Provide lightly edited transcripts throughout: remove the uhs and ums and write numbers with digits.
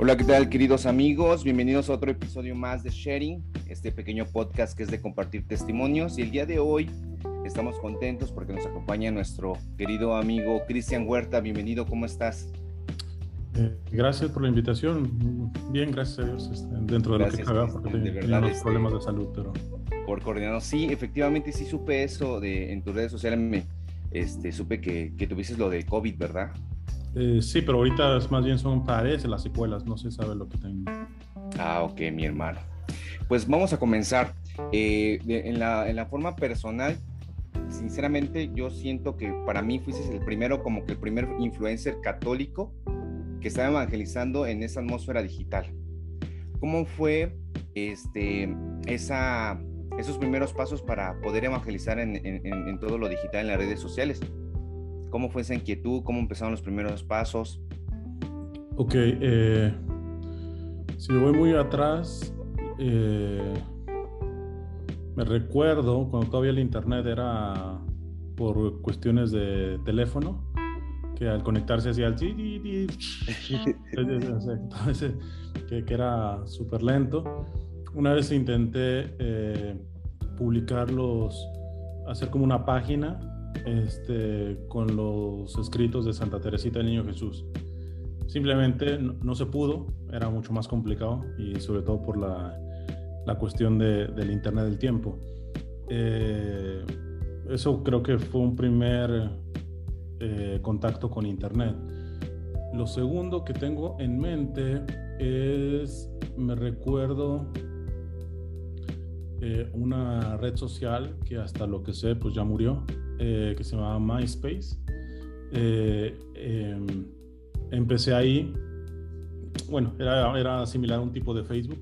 Hola, ¿qué tal, queridos amigos? Bienvenidos a otro episodio más de Sharing, este pequeño podcast que es de compartir testimonios. Y el día de hoy estamos contentos porque nos acompaña nuestro querido amigo Cristian Huerta. Bienvenido, ¿cómo estás? Gracias por la invitación. Bien, gracias a Dios, dentro de Gracias, lo que cabe, porque tenía unos problemas de salud, pero... Por coordinarnos. Sí, efectivamente, sí supe eso en tus redes sociales, supe que tuviste lo de COVID, ¿verdad? Sí, pero ahorita más bien parecen las secuelas, no se sabe lo que tengo. Ah, ok, mi hermano. Pues vamos a comenzar. En la forma personal, sinceramente, yo siento que para mí fuiste el primero, como que el primer influencer católico que estaba evangelizando en esa atmósfera digital. ¿Cómo fue esos primeros pasos para poder evangelizar en todo lo digital, en las redes sociales? ¿Cómo fue esa inquietud? ¿Cómo empezaron los primeros pasos? Ok, si me voy muy atrás, me recuerdo cuando todavía el internet era por cuestiones de teléfono, que al conectarse hacía el que era súper lento. Una vez intenté hacer como una página con los escritos de Santa Teresita del Niño Jesús. Simplemente no se pudo, era mucho más complicado y sobre todo por la cuestión del internet del tiempo. Eso creo que fue un primer contacto con internet. Lo segundo que tengo en mente me recuerdo una red social que hasta lo que sé pues ya murió, que se llamaba MySpace. Empecé ahí, bueno, era similar a un tipo de Facebook,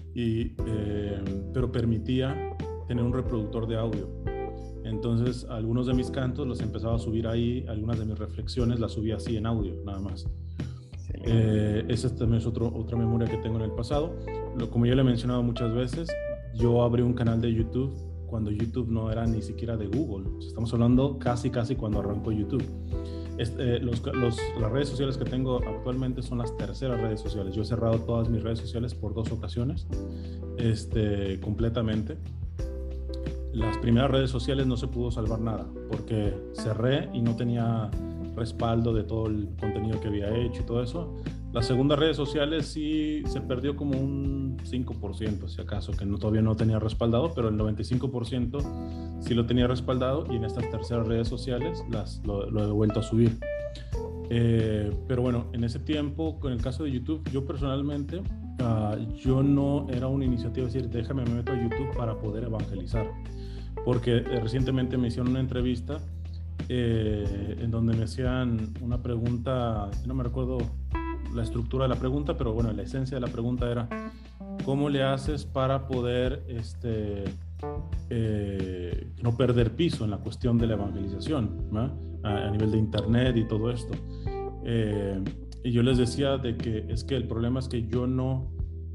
pero permitía tener un reproductor de audio. Entonces, algunos de mis cantos los empezaba a subir ahí, algunas de mis reflexiones las subía así en audio, nada más. Esa también es otra memoria que tengo en el pasado. Como ya le he mencionado muchas veces, yo abrí un canal de YouTube cuando YouTube no era ni siquiera de Google. Estamos hablando casi cuando arrancó YouTube. Las redes sociales que tengo actualmente son las terceras redes sociales. Yo he cerrado todas mis redes sociales por 2 ocasiones, completamente. Las primeras redes sociales no se pudo salvar nada porque cerré y no tenía respaldo de todo el contenido que había hecho y todo eso. Las segundas redes sociales sí se perdió como un 5%, si acaso, que todavía no tenía respaldado, pero el 95% sí lo tenía respaldado, y en estas terceras redes sociales lo he vuelto a subir. Pero bueno, en ese tiempo, con el caso de YouTube, yo personalmente, yo no era una iniciativa de decir, déjame me meto a YouTube para poder evangelizar, porque recientemente me hicieron una entrevista en donde me hacían una pregunta, no me recuerdo la estructura de la pregunta, pero bueno, la esencia de la pregunta era ¿cómo le haces para poder no perder piso en la cuestión de la evangelización, ¿no? A nivel de internet y todo esto? Y yo les decía de que es que el problema es que yo no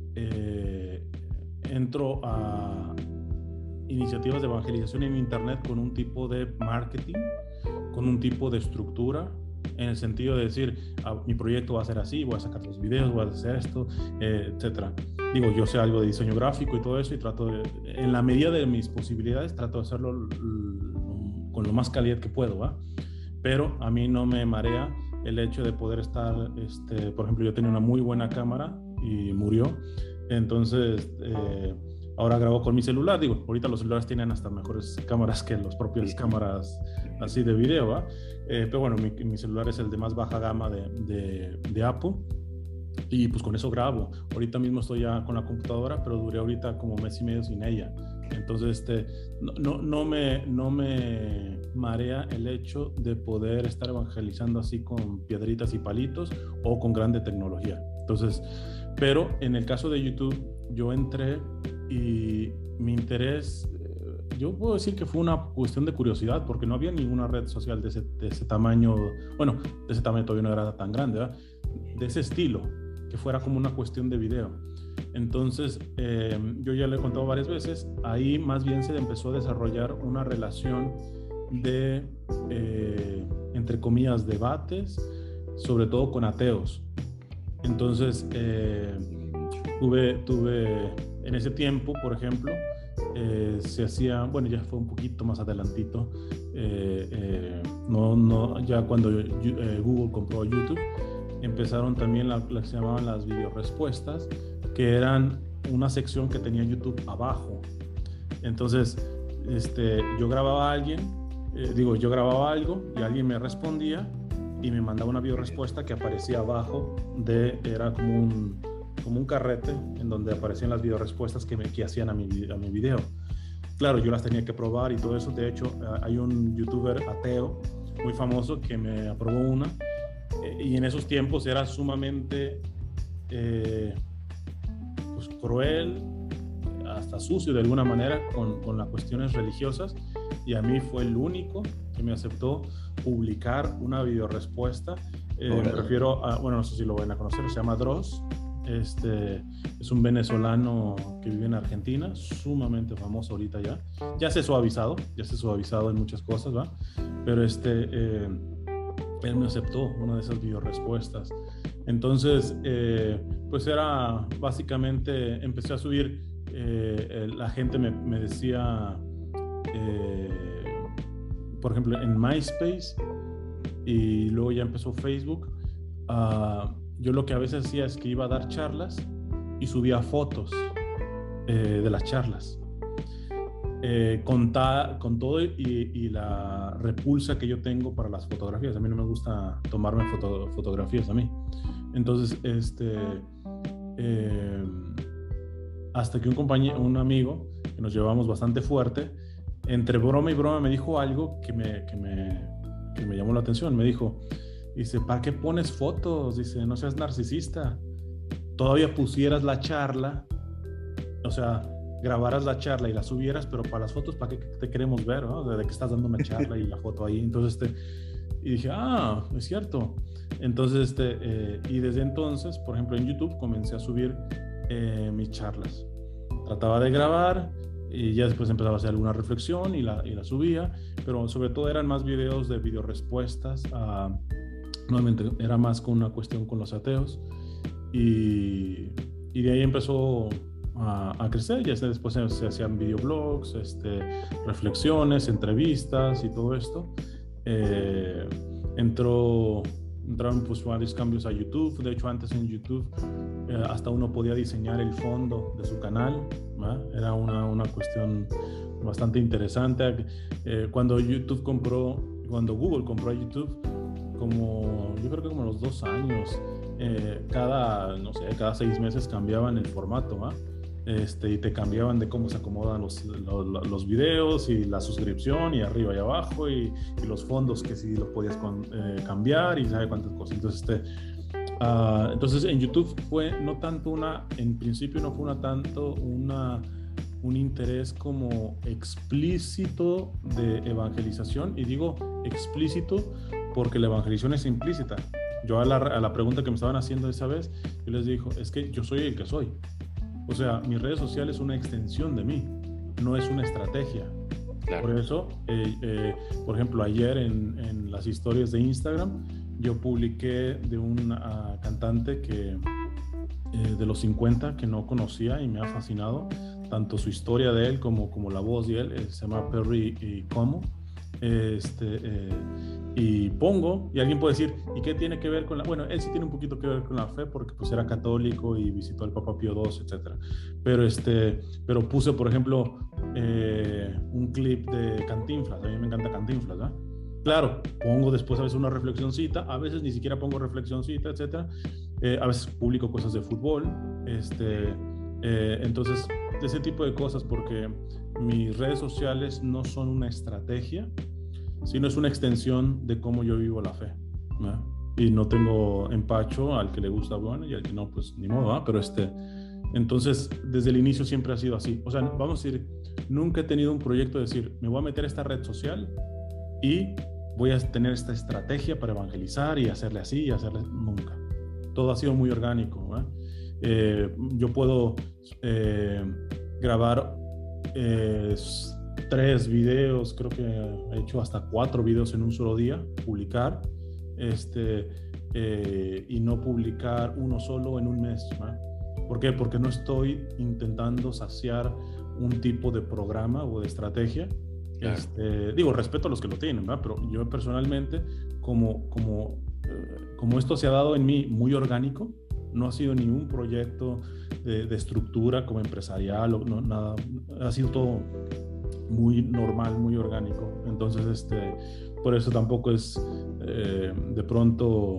entro a iniciativas de evangelización en internet con un tipo de marketing, con un tipo de estructura, en el sentido de decir, mi proyecto va a ser así, voy a sacar los videos, voy a hacer esto, etcétera. Digo, yo sé algo de diseño gráfico y todo eso, y trato de, en la medida de mis posibilidades, trato de hacerlo con lo más calidad que puedo, ¿va? Pero a mí no me marea el hecho de poder estar, por ejemplo, yo tenía una muy buena cámara y murió, entonces ahora grabo con mi celular. Digo, ahorita los celulares tienen hasta mejores cámaras que las propias cámaras así de video, ¿va? Pero bueno, mi celular es el de más baja gama de Apple, y pues con eso grabo. Ahorita mismo estoy ya con la computadora, pero duré ahorita como mes y medio sin ella. Entonces no me marea el hecho de poder estar evangelizando así con piedritas y palitos o con grande tecnología. Entonces, pero en el caso de YouTube, yo entré y mi interés, yo puedo decir que fue una cuestión de curiosidad, porque no había ninguna red social de ese tamaño. Bueno, de ese tamaño todavía no era tan grande, ¿verdad? De ese estilo, que fuera como una cuestión de video. Entonces, yo ya lo he contado varias veces, ahí más bien se empezó a desarrollar una relación de, entre comillas, debates, sobre todo con ateos. Entonces, tuve en ese tiempo, por ejemplo, se hacía, bueno, ya fue un poquito más adelantito, ya cuando Google compró YouTube, empezaron también lo que se llamaban las videorespuestas, que eran una sección que tenía YouTube abajo. Entonces, yo grababa yo grababa algo y alguien me respondía y me mandaba una videorespuesta que aparecía abajo era como un carrete en donde aparecían las videorespuestas que hacían a mi video. Claro, yo las tenía que probar y todo eso. De hecho, hay un youtuber ateo muy famoso que me aprobó una, y en esos tiempos era sumamente pues cruel, hasta sucio de alguna manera con las cuestiones religiosas, y a mí fue el único que me aceptó publicar una videorespuesta. Me refiero a, bueno, no sé si lo van a conocer, se llama Dross. Es un venezolano que vive en Argentina, sumamente famoso ahorita ya. Ya se ha suavizado en muchas cosas, ¿va? Pero él me aceptó una de esas videorespuestas. Entonces, pues era básicamente, empecé a subir, la gente me decía, por ejemplo, en MySpace, y luego ya empezó Facebook. Yo lo que a veces hacía es que iba a dar charlas y subía fotos de las charlas, con todo y la repulsa que yo tengo para las fotografías. A mí no me gusta tomarme fotografías a mí. Entonces, hasta que un amigo que nos llevamos bastante fuerte, entre broma y broma me dijo algo que me llamó la atención. Me dice, ¿para qué pones fotos? Dice, no seas narcisista. Todavía pusieras la charla, o sea, grabaras la charla y la subieras, pero para las fotos, ¿para qué te queremos ver, ¿no? De que estás dando una charla y la foto ahí. Entonces, y dije, es cierto. Entonces, y desde entonces, por ejemplo, en YouTube comencé a subir mis charlas. Trataba de grabar y ya después empezaba a hacer alguna reflexión y la subía, pero sobre todo eran más videos de videorespuestas. Nuevamente era más con una cuestión con los ateos, y de ahí empezó a crecer. Ya después se hacían videoblogs, reflexiones, entrevistas y todo esto. Entraron pues varios cambios a YouTube. De hecho, antes en YouTube hasta uno podía diseñar el fondo de su canal, ¿verdad? Era una cuestión bastante interesante. Cuando Google compró a YouTube, yo creo que como a los 2 años, cada 6 meses cambiaban el formato, ¿va? Y te cambiaban de cómo se acomodan los videos y la suscripción y arriba y abajo y los fondos, que si los podías cambiar y sabe cuántas cosas. Entonces en YouTube en principio no fue un interés como explícito de evangelización, y digo explícito porque la evangelización es implícita. Yo a la pregunta que me estaban haciendo esa vez, yo les digo, es que yo soy el que soy. O sea, mis redes sociales es una extensión de mí, no es una estrategia. Claro. Por eso, por ejemplo, ayer en las historias de Instagram, yo publiqué de un cantante de los 50 que no conocía y me ha fascinado, tanto su historia de él como la voz de él. Se llama Perry Como. Y alguien puede decir, ¿y qué tiene que ver con la...? Bueno, él sí tiene un poquito que ver con la fe, porque pues era católico y visitó al Papa Pío II, etc. Pero puse, por ejemplo, un clip de Cantinflas. A mí me encanta Cantinflas, ¿verdad? Claro, pongo después a veces una reflexioncita, a veces ni siquiera pongo reflexioncita, etc. A veces publico cosas de fútbol, entonces, de ese tipo de cosas, porque mis redes sociales no son una estrategia, sino es una extensión de cómo yo vivo la fe, ¿verdad? Y no tengo empacho al que le gusta, bueno, y al que no, pues ni modo, ¿verdad? Pero entonces, desde el inicio siempre ha sido así. O sea, vamos a decir, nunca he tenido un proyecto de decir, me voy a meter a esta red social y voy a tener esta estrategia para evangelizar y hacerle así y hacerle... Nunca. Todo ha sido muy orgánico, ¿verdad? Yo puedo grabar 3 videos, creo que he hecho hasta 4 videos en un solo día, publicar, y no publicar uno solo en un mes, ¿no? ¿Por qué? Porque no estoy intentando saciar un tipo de programa o de estrategia. Claro. Digo, respeto a los que lo tienen, ¿verdad? Pero yo personalmente, como esto se ha dado en mí muy orgánico, no ha sido ni un proyecto de estructura como empresarial, o no, nada, ha sido todo muy normal, muy orgánico. Entonces, por eso tampoco es de pronto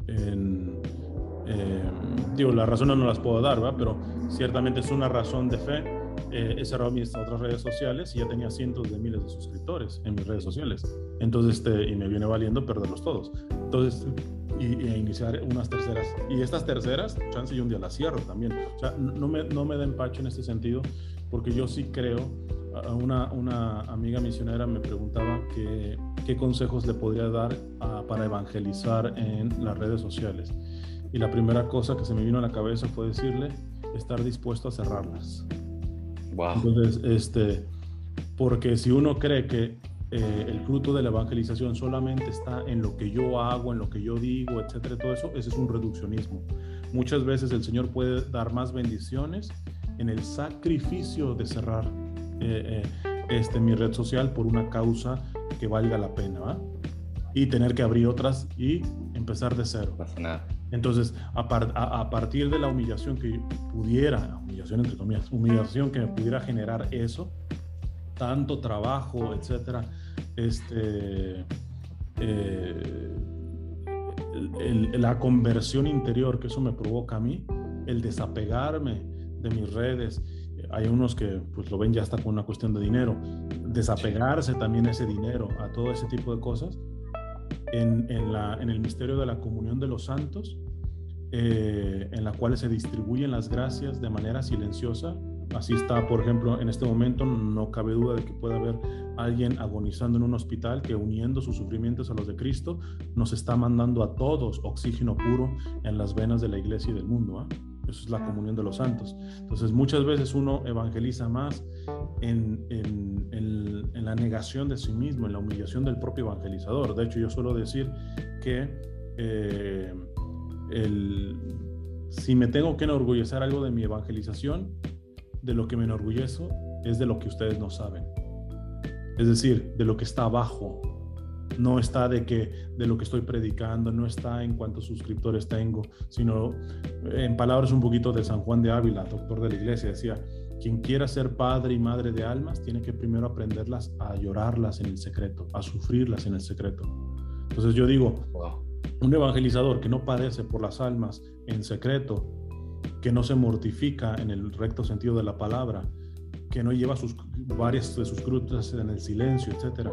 digo, las razones no las puedo dar, ¿verdad? Pero ciertamente es una razón de fe. He cerrado mis otras redes sociales y ya tenía cientos de miles de suscriptores en mis redes sociales. Entonces, y me viene valiendo perderlos todos. Entonces, y iniciar unas terceras. Y estas terceras, chance y un día las cierro también. O sea, no me da empacho en este sentido, porque yo sí creo. Una amiga misionera me preguntaba qué consejos le podría dar para evangelizar en las redes sociales. Y la primera cosa que se me vino a la cabeza fue decirle, estar dispuesto a cerrarlas. Wow. Entonces, porque si uno cree que el fruto de la evangelización solamente está en lo que yo hago, en lo que yo digo, etcétera, todo eso, ese es un reduccionismo. Muchas veces el Señor puede dar más bendiciones en el sacrificio de cerrar mi red social por una causa que valga la pena, ¿va? Y tener que abrir otras y empezar de cero. No pasa nada. Entonces, a partir de la humillación que pudiera, humillación entre comillas, humillación que me pudiera generar eso, tanto trabajo, etcétera, la conversión interior que eso me provoca a mí, el desapegarme de mis redes. Hay unos que pues lo ven ya hasta con una cuestión de dinero, desapegarse también ese dinero a todo ese tipo de cosas en el misterio de la comunión de los santos, en la cual se distribuyen las gracias de manera silenciosa. Así está, por ejemplo, en este momento no cabe duda de que puede haber alguien agonizando en un hospital que, uniendo sus sufrimientos a los de Cristo, nos está mandando a todos oxígeno puro en las venas de la iglesia y del mundo, ¿eh? Eso es la comunión de los santos. Entonces, muchas veces uno evangeliza más en la negación de sí mismo, en la humillación del propio evangelizador. De hecho, yo suelo decir que si me tengo que enorgullecer algo de mi evangelización, de lo que me enorgullezco es de lo que ustedes no saben. Es decir, de lo que está abajo. No está de lo que estoy predicando, no está en cuántos suscriptores tengo, sino en palabras un poquito de San Juan de Ávila, doctor de la iglesia, decía: quien quiera ser padre y madre de almas tiene que primero aprenderlas a llorarlas en el secreto, a sufrirlas en el secreto. Entonces yo digo, un evangelizador que no padece por las almas en secreto, que no se mortifica en el recto sentido de la palabra, que no lleva varias de sus cruces en el silencio, etcétera,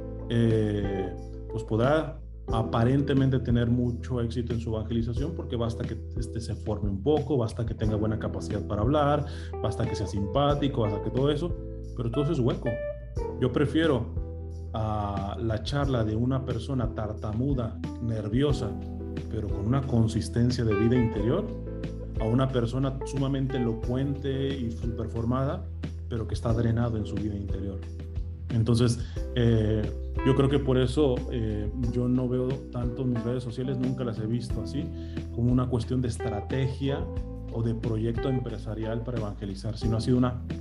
pues podrá aparentemente tener mucho éxito en su evangelización, porque basta que se forme un poco, basta que tenga buena capacidad para hablar, basta que sea simpático, basta que todo eso, pero todo eso es hueco. Yo prefiero a la charla de una persona tartamuda, nerviosa, pero con una consistencia de vida interior, a una persona sumamente elocuente y superformada, pero que está drenado en su vida interior. Entonces, yo creo que por eso yo no veo tanto mis redes sociales, nunca las he visto así, como una cuestión de estrategia o de proyecto empresarial para evangelizar, sino ha sido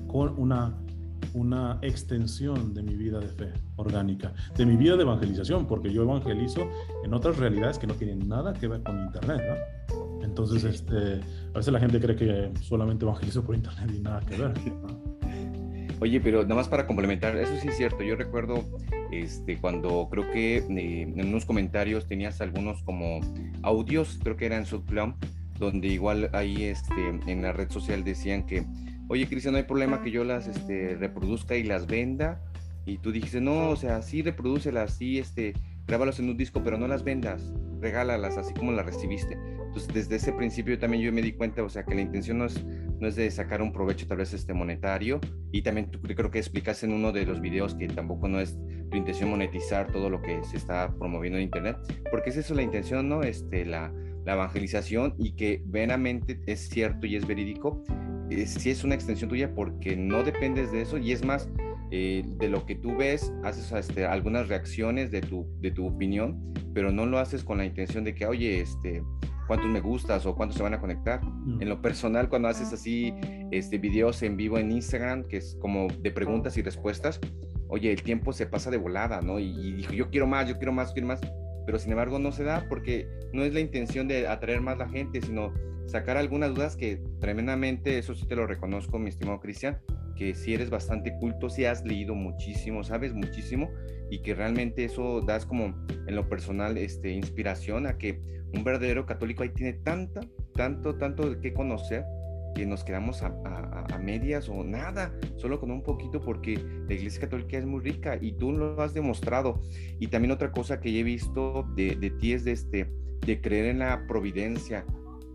una extensión de mi vida de fe orgánica, de mi vida de evangelización, porque yo evangelizo en otras realidades que no tienen nada que ver con internet, ¿no? Entonces, a veces la gente cree que solamente evangelizo por internet y nada que ver, ¿no? Oye, pero nada más para complementar, eso sí es cierto. Yo recuerdo cuando creo que en unos comentarios tenías algunos como audios, creo que eran SoundCloud, donde igual ahí en la red social decían que, oye, Cristian, no hay problema que yo las reproduzca y las venda. Y tú dijiste, no, o sea, sí reprodúcelas, sí grábalas en un disco, pero no las vendas, regálalas así como las recibiste. Entonces, desde ese principio también yo me di cuenta, o sea, que la intención no es de sacar un provecho tal vez monetario, y también tú creo que explicaste en uno de los videos que tampoco no es tu intención monetizar todo lo que se está promoviendo en internet, porque es eso la intención, ¿no? La evangelización, y que veramente es cierto y es verídico, sí es una extensión tuya porque no dependes de eso, y es más, de lo que tú ves, haces algunas reacciones de tu opinión, pero no lo haces con la intención de que, oye, cuántos me gustas o cuántos se van a conectar. En lo personal, cuando haces así videos en vivo en Instagram, que es como de preguntas y respuestas, oye, el tiempo se pasa de volada, ¿no? Y dijo, yo quiero más, pero sin embargo no se da porque no es la intención de atraer más la gente, sino sacar algunas dudas que tremendamente, eso sí te lo reconozco, mi estimado Cristian, que sí eres bastante culto, sí has leído muchísimo, sabes muchísimo, y que realmente eso das como en lo personal inspiración a que un verdadero católico ahí tiene tanto que conocer, que nos quedamos a medias o nada, solo con un poquito, porque la Iglesia Católica es muy rica y tú lo has demostrado. Y también otra cosa que he visto de ti es de creer en la providencia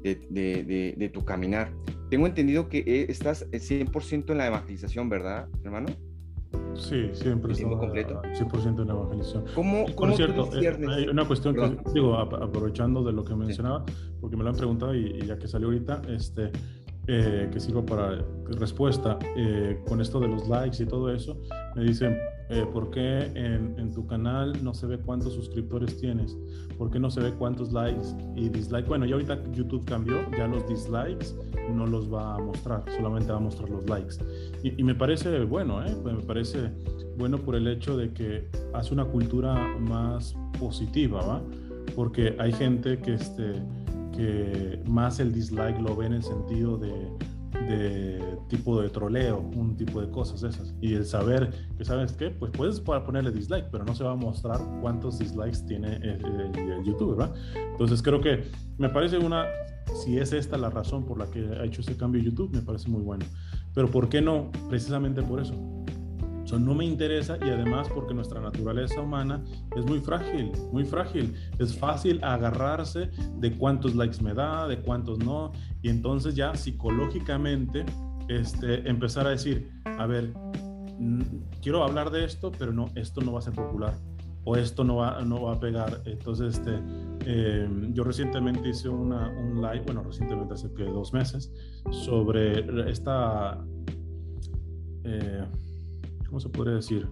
de tu caminar. Tengo entendido que estás 100% en la evangelización, ¿verdad, hermano? Sí, siempre ¿El tiempo completo? 100% en la evangelización. ¿Cómo Por cierto, tú disciernes? hay una cuestión Perdón. que, digo, aprovechando de lo que mencionaba, Sí. porque me lo han preguntado y ya que salió ahorita, que sirva para respuesta, con esto de los likes y todo eso, me dicen, ¿por qué en tu canal no se ve cuántos suscriptores tienes? ¿Por qué no se ve cuántos likes y dislikes? Bueno, ya ahorita YouTube cambió, ya los dislikes no los va a mostrar, solamente va a mostrar los likes. Y me parece bueno, pues me parece bueno por el hecho de que hace una cultura más positiva, ¿va? Porque hay gente que más el dislike lo ve en el sentido de tipo de troleo, un tipo de cosas esas. Y el saber que, ¿sabes qué? Pues puedes ponerle dislike, pero no se va a mostrar cuántos dislikes tiene el YouTube, ¿verdad? Entonces creo que me parece si es esta la razón por la que ha hecho ese cambio YouTube, me parece muy bueno. Pero ¿por qué no? Precisamente por eso. O sea, no me interesa, y además porque nuestra naturaleza humana es muy frágil, muy frágil. Es fácil agarrarse de cuántos likes me da, de cuántos no, y entonces ya psicológicamente empezar a decir, a ver, quiero hablar de esto, pero no, esto no va a ser popular, o esto no va a pegar. Entonces, yo recientemente hice un live, bueno, recientemente hace 2 meses, sobre esta... ¿cómo se podría decir?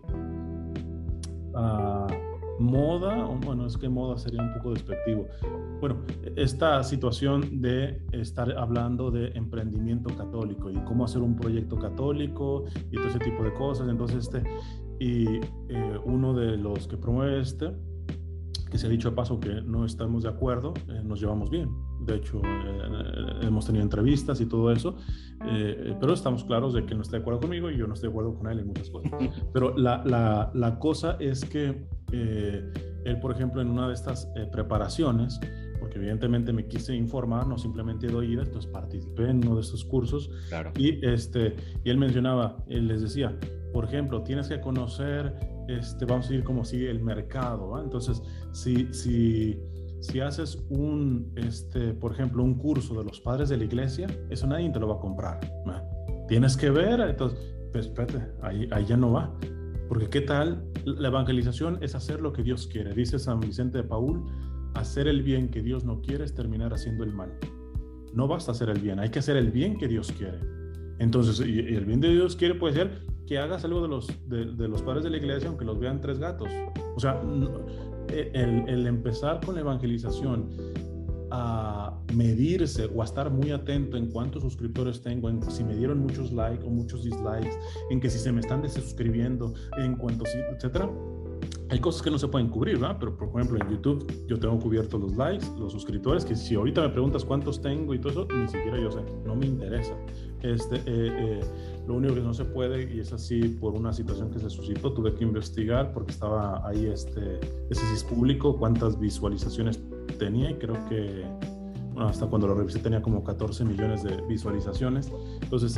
Moda, bueno, es que moda sería un poco despectivo. Bueno, esta situación de estar hablando de emprendimiento católico y cómo hacer un proyecto católico y todo ese tipo de cosas. Entonces, uno de los que promueve que se ha dicho de paso que no estamos de acuerdo, nos llevamos bien. De hecho, hemos tenido entrevistas y todo eso, pero estamos claros de que no está de acuerdo conmigo y yo no estoy de acuerdo con él en muchas cosas. Pero la cosa es que él, por ejemplo, en una de estas preparaciones, porque evidentemente me quise informar, no simplemente de oídas, entonces participé en uno de estos cursos. Claro. Y él mencionaba, él les decía, por ejemplo, tienes que conocer, vamos a decir como sigue el mercado, ¿va? Entonces, si haces por ejemplo, un curso de los padres de la iglesia, eso nadie te lo va a comprar, ¿va? Tienes que ver, entonces, pues espérate, ahí ya no va. Porque ¿qué tal? La evangelización es hacer lo que Dios quiere. Dice San Vicente de Paúl, hacer el bien que Dios no quiere es terminar haciendo el mal. No basta hacer el bien, hay que hacer el bien que Dios quiere. Entonces, y el bien de Dios quiere puede ser que hagas algo de los padres de la iglesia, aunque los vean 3 gatos. O sea, el empezar con la evangelización a medirse o a estar muy atento en cuántos suscriptores tengo, en si me dieron muchos likes o muchos dislikes, en que si se me están desuscribiendo, en cuanto sí, etcétera. Hay cosas que no se pueden cubrir, ¿verdad? Pero por ejemplo en YouTube yo tengo cubiertos los likes, los suscriptores, que si ahorita me preguntas cuántos tengo y todo eso, ni siquiera yo sé, no me interesa. Lo único que no se puede, y es así por una situación que se suscitó, tuve que investigar porque estaba ahí, ese sí es público, cuántas visualizaciones tenía, y creo que, bueno, hasta cuando lo revisé tenía como 14 millones de visualizaciones. Entonces,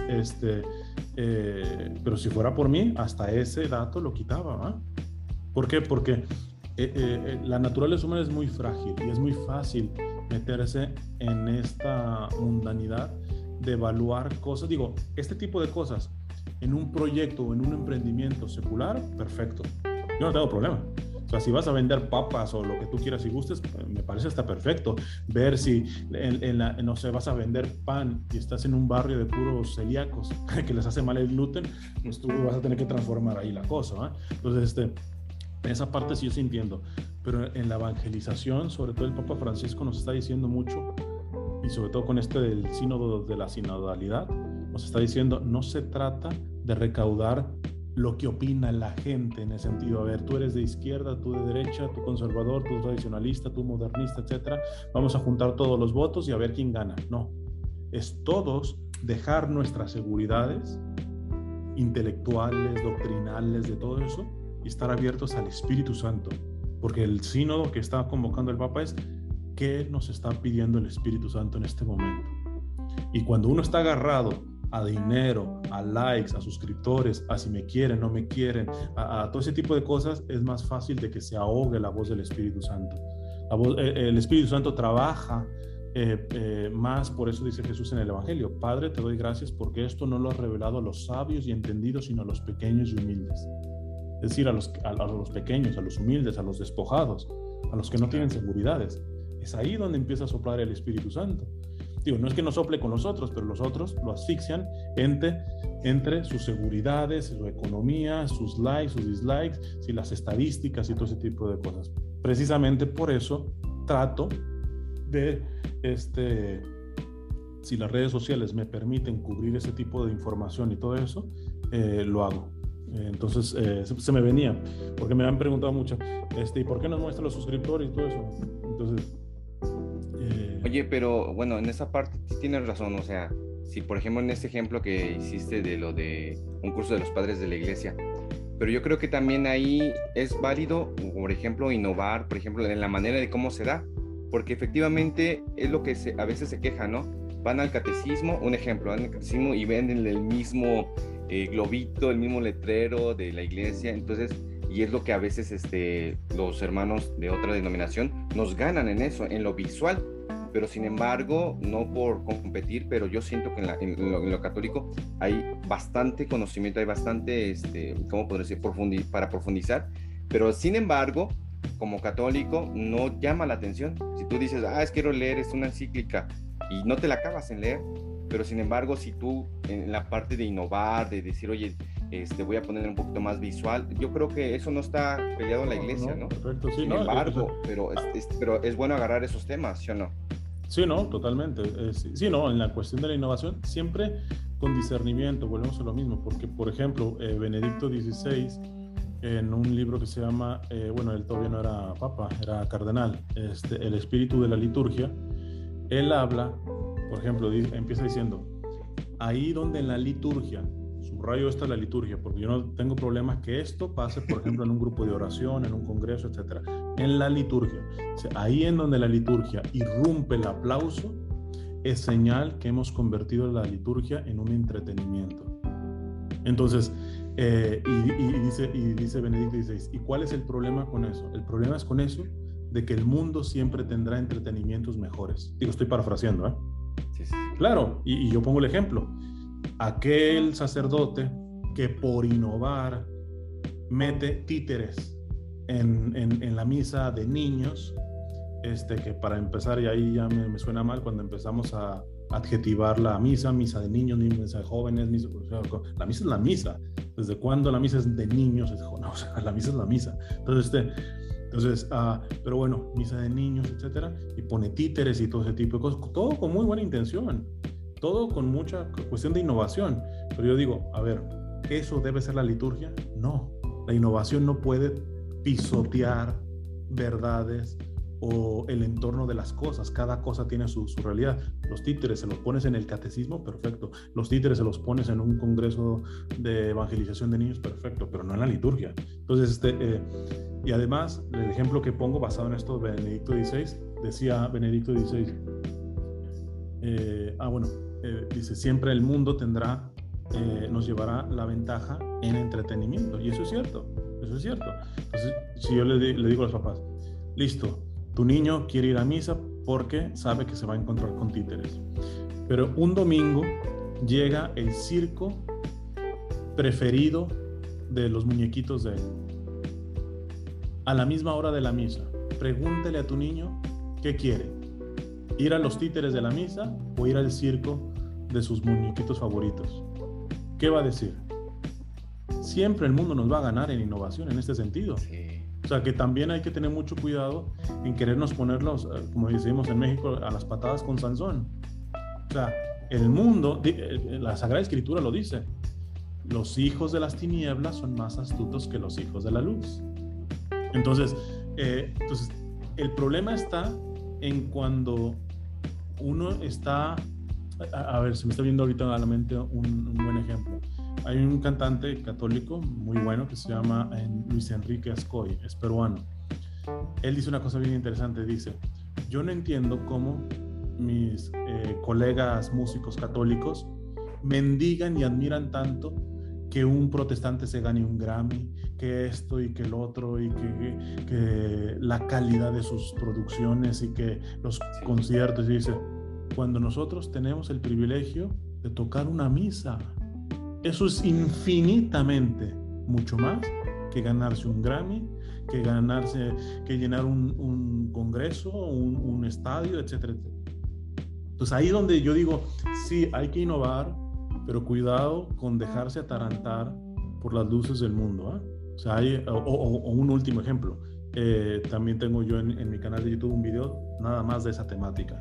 pero si fuera por mí, hasta ese dato lo quitaba, ¿verdad? ¿Por qué? Porque la naturaleza humana es muy frágil y es muy fácil meterse en esta mundanidad de evaluar cosas. Digo, este tipo de cosas en un proyecto o en un emprendimiento secular, perfecto. Yo no tengo problema. O sea, si vas a vender papas o lo que tú quieras y gustes, me parece hasta perfecto. Ver si, no sé, vas a vender pan y estás en un barrio de puros celíacos que les hace mal el gluten, pues tú vas a tener que transformar ahí la cosa, ¿eh? Entonces, esa parte sí yo sí entiendo. Pero en la evangelización, sobre todo el Papa Francisco nos está diciendo mucho, y sobre todo con este del sínodo de la sinodalidad, nos está diciendo, no se trata de recaudar lo que opina la gente, en el sentido, a ver, tú eres de izquierda, tú de derecha, tú conservador, tú tradicionalista, tú modernista, etcétera, vamos a juntar todos los votos y a ver quién gana. No, es todos dejar nuestras seguridades intelectuales, doctrinales, de todo eso, y estar abiertos al Espíritu Santo, porque el sínodo que está convocando el Papa es ¿qué nos está pidiendo el Espíritu Santo en este momento? Y cuando uno está agarrado a dinero, a likes, a suscriptores, a si me quieren, no me quieren, a todo ese tipo de cosas, es más fácil de que se ahogue la voz del Espíritu Santo. El Espíritu Santo trabaja más, por eso dice Jesús en el Evangelio, Padre, te doy gracias porque esto no lo has revelado a los sabios y entendidos, sino a los pequeños y humildes. Es decir, a los pequeños, a los humildes, a los despojados, a los que no tienen seguridades. Es ahí donde empieza a soplar el Espíritu Santo. Digo, no es que no sople con los otros, pero los otros lo asfixian entre sus seguridades, su economía, sus likes, sus dislikes, y las estadísticas y todo ese tipo de cosas. Precisamente por eso trato de, si las redes sociales me permiten cubrir ese tipo de información y todo eso, lo hago. Entonces se me venía, porque me han preguntado mucho, ¿y por qué nos muestran los suscriptores y todo eso? Entonces... Oye, pero bueno, en esa parte sí tienes razón, o sea, si por ejemplo en este ejemplo que hiciste de lo de un curso de los padres de la iglesia, pero yo creo que también ahí es válido, por ejemplo, innovar, por ejemplo, en la manera de cómo se da, porque efectivamente es lo que a veces se queja, ¿no? Van al catecismo, un ejemplo, van al catecismo y venden el mismo globito, el mismo letrero de la iglesia, entonces... Y es lo que a veces los hermanos de otra denominación nos ganan en eso, en lo visual, pero sin embargo, no por competir, pero yo siento que en lo católico hay bastante conocimiento, hay bastante, ¿cómo podría decir? Para profundizar, pero sin embargo, como católico, no llama la atención. Si tú dices, quiero leer una encíclica y no te la acabas en leer, pero sin embargo, si tú en la parte de innovar, de decir, oye, voy a poner un poquito más visual, yo creo que eso no está peleado en la iglesia, ¿no? Perfecto, sí, sin embargo, pero es bueno agarrar esos temas, ¿sí o no? Sí, no, totalmente. Sí, no, en la cuestión de la innovación, siempre con discernimiento, volvemos a lo mismo, porque, por ejemplo, Benedicto XVI, en un libro que se llama, bueno, él todavía no era papa, era cardenal, El espíritu de la liturgia, él habla, por ejemplo, empieza diciendo, ahí donde en la liturgia, subrayo esta la liturgia, porque yo no tengo problemas que esto pase, por ejemplo, en un grupo de oración, en un congreso, etcétera. En la liturgia, o sea, ahí en donde la liturgia irrumpe el aplauso, es señal que hemos convertido la liturgia en un entretenimiento. Entonces, dice Benedicto XVI, ¿y cuál es el problema con eso? El problema es con eso de que el mundo siempre tendrá entretenimientos mejores. Digo, estoy parafraseando, ¿eh? Sí, sí. Claro, y yo pongo el ejemplo. Aquel sacerdote que por innovar mete títeres en la misa de niños, que para empezar, y ahí ya me suena mal cuando empezamos a adjetivar la misa de niños, misa de jóvenes, la misa es la misa. ¿Desde cuándo la misa es de niños? No, o sea, la misa es la misa. Entonces, pero bueno, misa de niños, etcétera, y pone títeres y todo ese tipo de cosas, todo con muy buena intención, todo con mucha cuestión de innovación. Pero yo digo, a ver, ¿eso debe ser la liturgia? No, la innovación no puede pisotear verdades o el entorno de las cosas. Cada cosa tiene su realidad. Los títeres se los pones en el catecismo, perfecto. Los títeres se los pones en un congreso de evangelización de niños, perfecto, pero no en la liturgia. Entonces, y además, el ejemplo que pongo basado en esto de Benedicto XVI, decía Benedicto XVI, dice, siempre el mundo nos llevará la ventaja en entretenimiento, y eso es cierto. Entonces, si yo le digo a los papás, listo, tu niño quiere ir a misa porque sabe que se va a encontrar con títeres, pero un domingo llega el circo preferido de los muñequitos de él. a la misma hora de la misa, pregúntale a tu niño qué quiere, ir a los títeres de la misa o ir al circo de sus muñequitos favoritos. ¿Qué va a decir? Siempre el mundo nos va a ganar en innovación en este sentido. Sí. O sea, que también hay que tener mucho cuidado en querernos ponerlos, como decimos en México, a las patadas con Sansón. O sea, el mundo, la Sagrada Escritura lo dice, los hijos de las tinieblas son más astutos que los hijos de la luz. Entonces, el problema está en cuando uno está, a ver, se me está viendo ahorita a la mente un buen ejemplo. Hay un cantante católico muy bueno que se llama Luis Enrique Ascoy, es peruano. Él dice una cosa bien interesante, dice, yo no entiendo cómo mis colegas músicos católicos mendigan y admiran tanto que un protestante se gane un Grammy, que esto y que el otro, y que la calidad de sus producciones y que los conciertos. Y dice, cuando nosotros tenemos el privilegio de tocar una misa, eso es infinitamente mucho más que ganarse un Grammy, que llenar un congreso, un estadio, etcétera, etcétera. Entonces ahí es donde yo digo, sí, hay que innovar, pero cuidado con dejarse atarantar por las luces del mundo, ¿eh? O sea, o un último ejemplo, también tengo yo en mi canal de YouTube un video nada más de esa temática.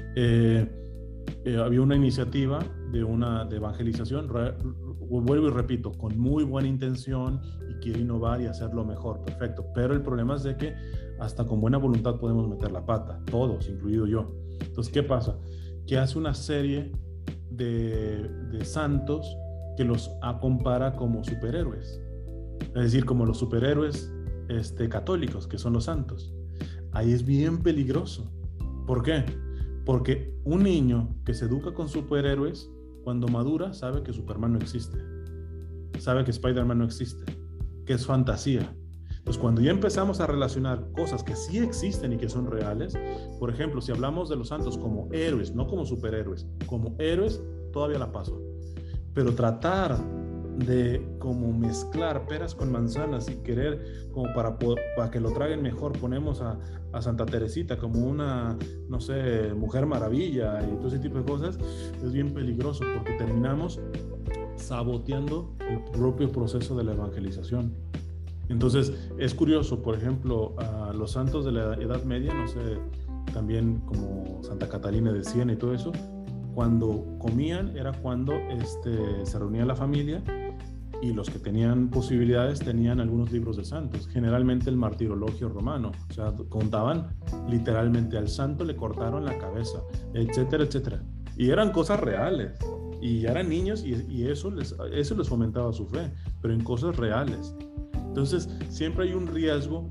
Había una iniciativa de evangelización, vuelvo y repito, con muy buena intención y quiere innovar y hacerlo mejor, perfecto, pero el problema es de que hasta con buena voluntad podemos meter la pata, todos, incluido yo. Entonces, ¿qué pasa? Que hace una serie de santos que los compara como superhéroes, es decir, como los superhéroes católicos, que son los santos. Ahí es bien peligroso. ¿Por qué? Porque un niño que se educa con superhéroes, cuando madura, sabe que Superman no existe, sabe que Spider-Man no existe, que es fantasía. Entonces, cuando ya empezamos a relacionar cosas que sí existen y que son reales, por ejemplo, si hablamos de los santos como héroes, no como superhéroes, como héroes, todavía la paso. Pero tratar de como mezclar peras con manzanas y querer como para que lo traguen mejor, ponemos a Santa Teresita como una, no sé, mujer maravilla y todo ese tipo de cosas, es bien peligroso porque terminamos saboteando el propio proceso de la evangelización. Entonces es curioso, por ejemplo, a los santos de la Edad Media, no sé, también como Santa Catalina de Siena y todo eso, cuando comían era cuando se reunía la familia y los que tenían posibilidades tenían algunos libros de santos, generalmente el martirologio romano, o sea, contaban literalmente al santo le cortaron la cabeza, etcétera, etcétera, y eran cosas reales, y ya eran niños y eso les fomentaba su fe, pero en cosas reales. Entonces siempre hay un riesgo,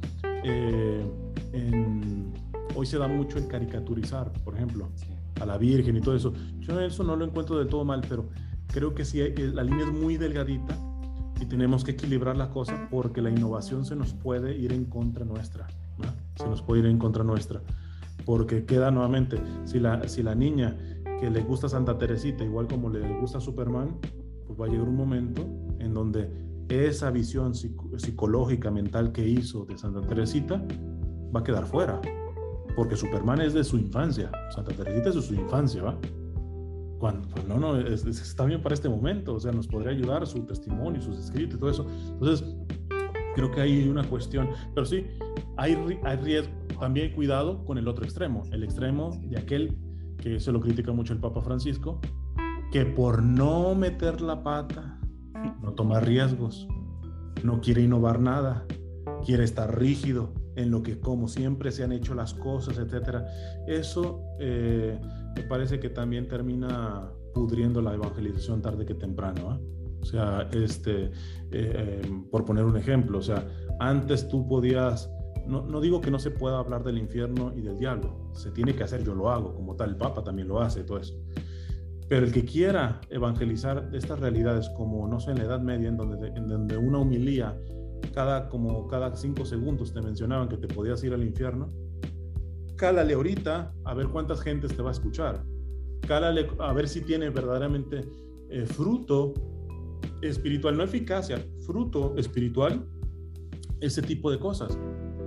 hoy se da mucho el caricaturizar, por ejemplo, a la Virgen y todo eso. Yo eso no lo encuentro del todo mal, pero creo que sí, la línea es muy delgadita y tenemos que equilibrar la cosa porque la innovación se nos puede ir en contra nuestra, ¿no? Se nos puede ir en contra nuestra, porque queda nuevamente, si la niña que le gusta Santa Teresita, igual como le gusta Superman, pues va a llegar un momento en donde esa visión psicológica, mental que hizo de Santa Teresita va a quedar fuera. Porque Superman es de su infancia, Santa Teresita es de su infancia, ¿va? Cuando está bien para este momento, o sea, nos podría ayudar su testimonio, sus escritos y todo eso. Entonces, creo que hay una cuestión, pero sí, hay riesgo, también cuidado con el otro extremo, el extremo de aquel que se lo critica mucho el Papa Francisco, que por no meter la pata, no toma riesgos, no quiere innovar nada, quiere estar rígido en lo que como siempre se han hecho las cosas, etcétera. Eso me parece que también termina pudriendo la evangelización tarde que temprano, ¿eh? O sea, por poner un ejemplo, o sea, antes tú podías, no digo que no se pueda hablar del infierno y del diablo, se tiene que hacer, yo lo hago, como tal, el Papa también lo hace, todo eso. Pero el que quiera evangelizar estas realidades, como no sé, en la Edad Media, en donde una homilía cada 5 segundos te mencionaban que te podías ir al infierno, cálale ahorita a ver cuántas gentes te va a escuchar, cálale a ver si tiene verdaderamente fruto espiritual, no eficacia, fruto espiritual, ese tipo de cosas.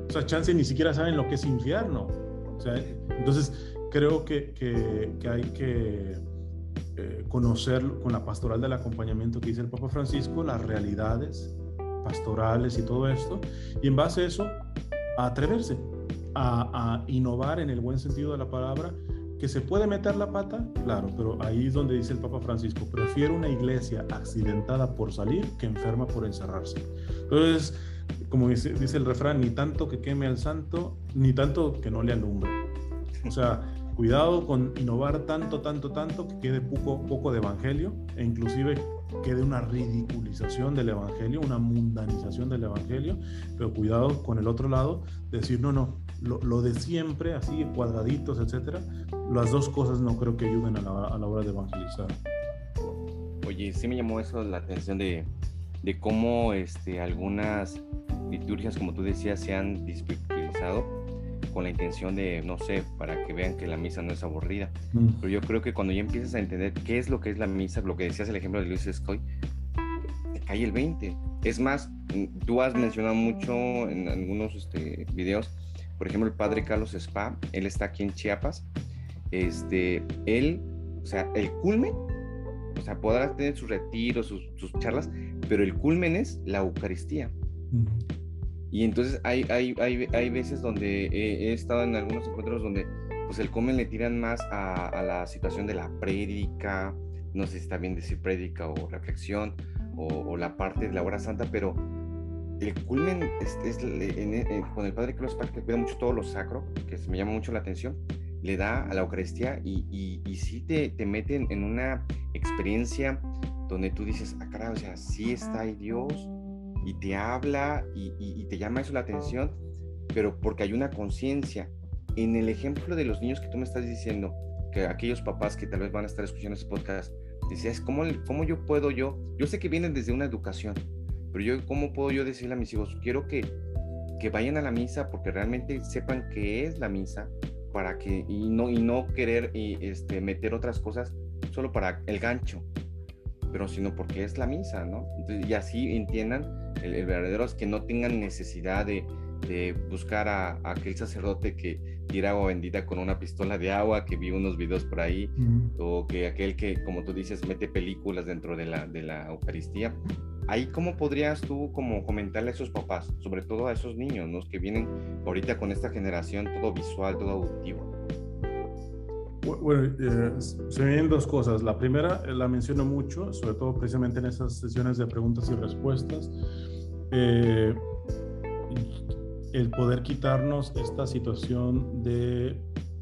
O sea, chance ni siquiera saben lo que es infierno. O sea, entonces creo que hay que conocer con la pastoral del acompañamiento que dice el Papa Francisco, las realidades pastorales y todo esto, y en base a eso, a atreverse a innovar en el buen sentido de la palabra. ¿Que se puede meter la pata? Claro, pero ahí es donde dice el Papa Francisco, prefiero una iglesia accidentada por salir que enferma por encerrarse. Entonces, como dice el refrán, ni tanto que queme al santo, ni tanto que no le alumbre. O sea, cuidado con innovar tanto, que quede poco de evangelio, e inclusive quede una ridiculización del evangelio, una mundanización del evangelio, pero cuidado con el otro lado, decir, no, lo de siempre, así, cuadraditos, etcétera, las dos cosas no creo que ayuden a la hora de evangelizar. Oye, sí me llamó eso la atención de cómo algunas liturgias, como tú decías, se han disputizado con la intención de, no sé, para que vean que la misa no es aburrida. Pero yo creo que cuando ya empiezas a entender qué es lo que es la misa, lo que decías el ejemplo de Luis Scoy, te cae el 20. Es más, tú has mencionado mucho en algunos videos, por ejemplo, el padre Carlos Spa, él está aquí en Chiapas, él, o sea, el culmen, o sea, podrás tener sus retiros, sus charlas, pero el culmen es la Eucaristía. Y entonces hay veces donde he estado en algunos encuentros donde pues el culmen le tiran más a la situación de la prédica, no sé si está bien decir prédica o reflexión, o la parte de la hora santa, pero el culmen con el padre Carlos Spa, que cuida mucho todo lo sacro, que me llama mucho la atención, le da a la Eucaristía y sí te meten en una experiencia donde tú dices, caray, o sea, sí está ahí Dios, y te habla y te llama eso la atención, pero porque hay una conciencia. En el ejemplo de los niños que tú me estás diciendo, que aquellos papás que tal vez van a estar escuchando este podcast, decías, ¿cómo yo sé que vienen desde una educación, pero ¿cómo puedo yo decirle a mis hijos, quiero que vayan a la misa porque realmente sepan qué es la misa, para que, y no querer meter otras cosas solo para el gancho, pero sino porque es la misa, ¿no? Entonces, y así entiendan el verdadero, es que no tengan necesidad de buscar a aquel sacerdote que tira agua bendita con una pistola de agua, que vi unos videos por ahí, o que aquel que, como tú dices, mete películas dentro de la Eucaristía. Ahí, ¿cómo podrías tú como comentarle a esos papás, sobre todo a esos niños, ¿no? Que vienen ahorita con esta generación todo visual, todo auditivo? Bueno, se me vienen dos cosas. La primera, la menciono mucho, sobre todo precisamente en esas sesiones de preguntas y respuestas, el poder quitarnos esta situación de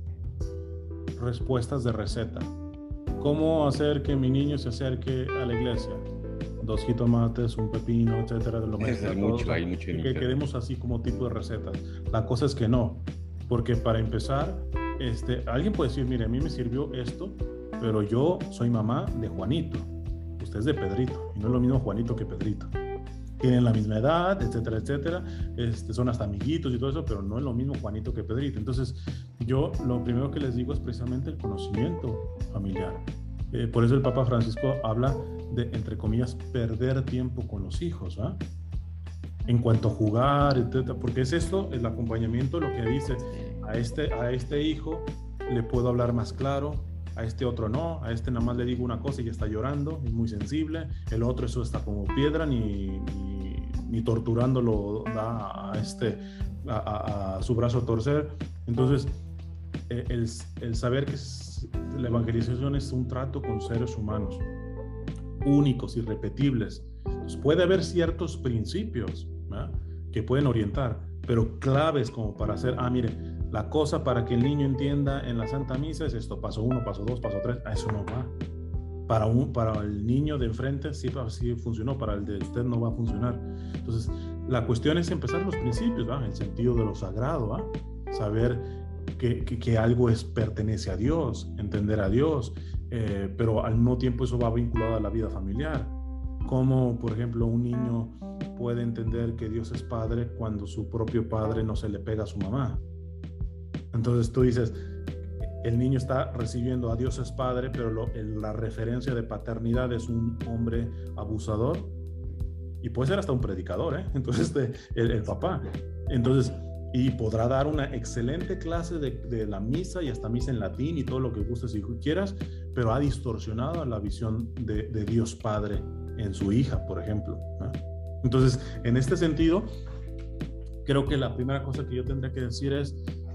respuestas de receta. ¿Cómo hacer que mi niño se acerque a la iglesia? 2 jitomates, un pepino, etcétera. De lo hay mucho que quedemos así como tipo de recetas. La cosa es que no, porque para empezar, alguien puede decir, mire, a mí me sirvió esto, pero yo soy mamá de Juanito, usted es de Pedrito, y no es lo mismo Juanito que Pedrito. Tienen la misma edad, etcétera, etcétera, son hasta amiguitos y todo eso, pero no es lo mismo Juanito que Pedrito. Entonces, yo lo primero que les digo es precisamente el conocimiento familiar. Por eso el Papa Francisco habla de, entre comillas, perder tiempo con los hijos, ¿ah? En cuanto a jugar, etcétera, porque es esto, el acompañamiento, lo que dice, a este hijo le puedo hablar más claro, a este otro no, a este nada más le digo una cosa y ya está llorando, es muy sensible, el otro eso está como piedra, ni torturándolo da a su brazo a torcer. Entonces, el saber que la evangelización es un trato con seres humanos únicos, irrepetibles. Entonces, puede haber ciertos principios, ¿verdad?, que pueden orientar, pero claves como para hacer, mire, la cosa para que el niño entienda en la Santa Misa es esto, paso 1, paso 2, paso 3, a eso no va. Para el niño de enfrente sí funcionó, para el de usted no va a funcionar. Entonces, la cuestión es empezar los principios, ¿verdad?, el sentido de lo sagrado, ¿verdad?, saber que algo pertenece a Dios, entender a Dios, pero al mismo tiempo eso va vinculado a la vida familiar. Como, por ejemplo, un niño puede entender que Dios es padre cuando su propio padre no se le pega a su mamá. Entonces tú dices, el niño está recibiendo a Dios es padre, pero la referencia de paternidad es un hombre abusador, y puede ser hasta un predicador, entonces el papá. Entonces, y podrá dar una excelente clase de la misa y hasta misa en latín y todo lo que gustes y quieras, pero ha distorsionado la visión de Dios Padre en su hija, por ejemplo, ¿no? Entonces, en este sentido, creo que la primera cosa que yo tendría que decir es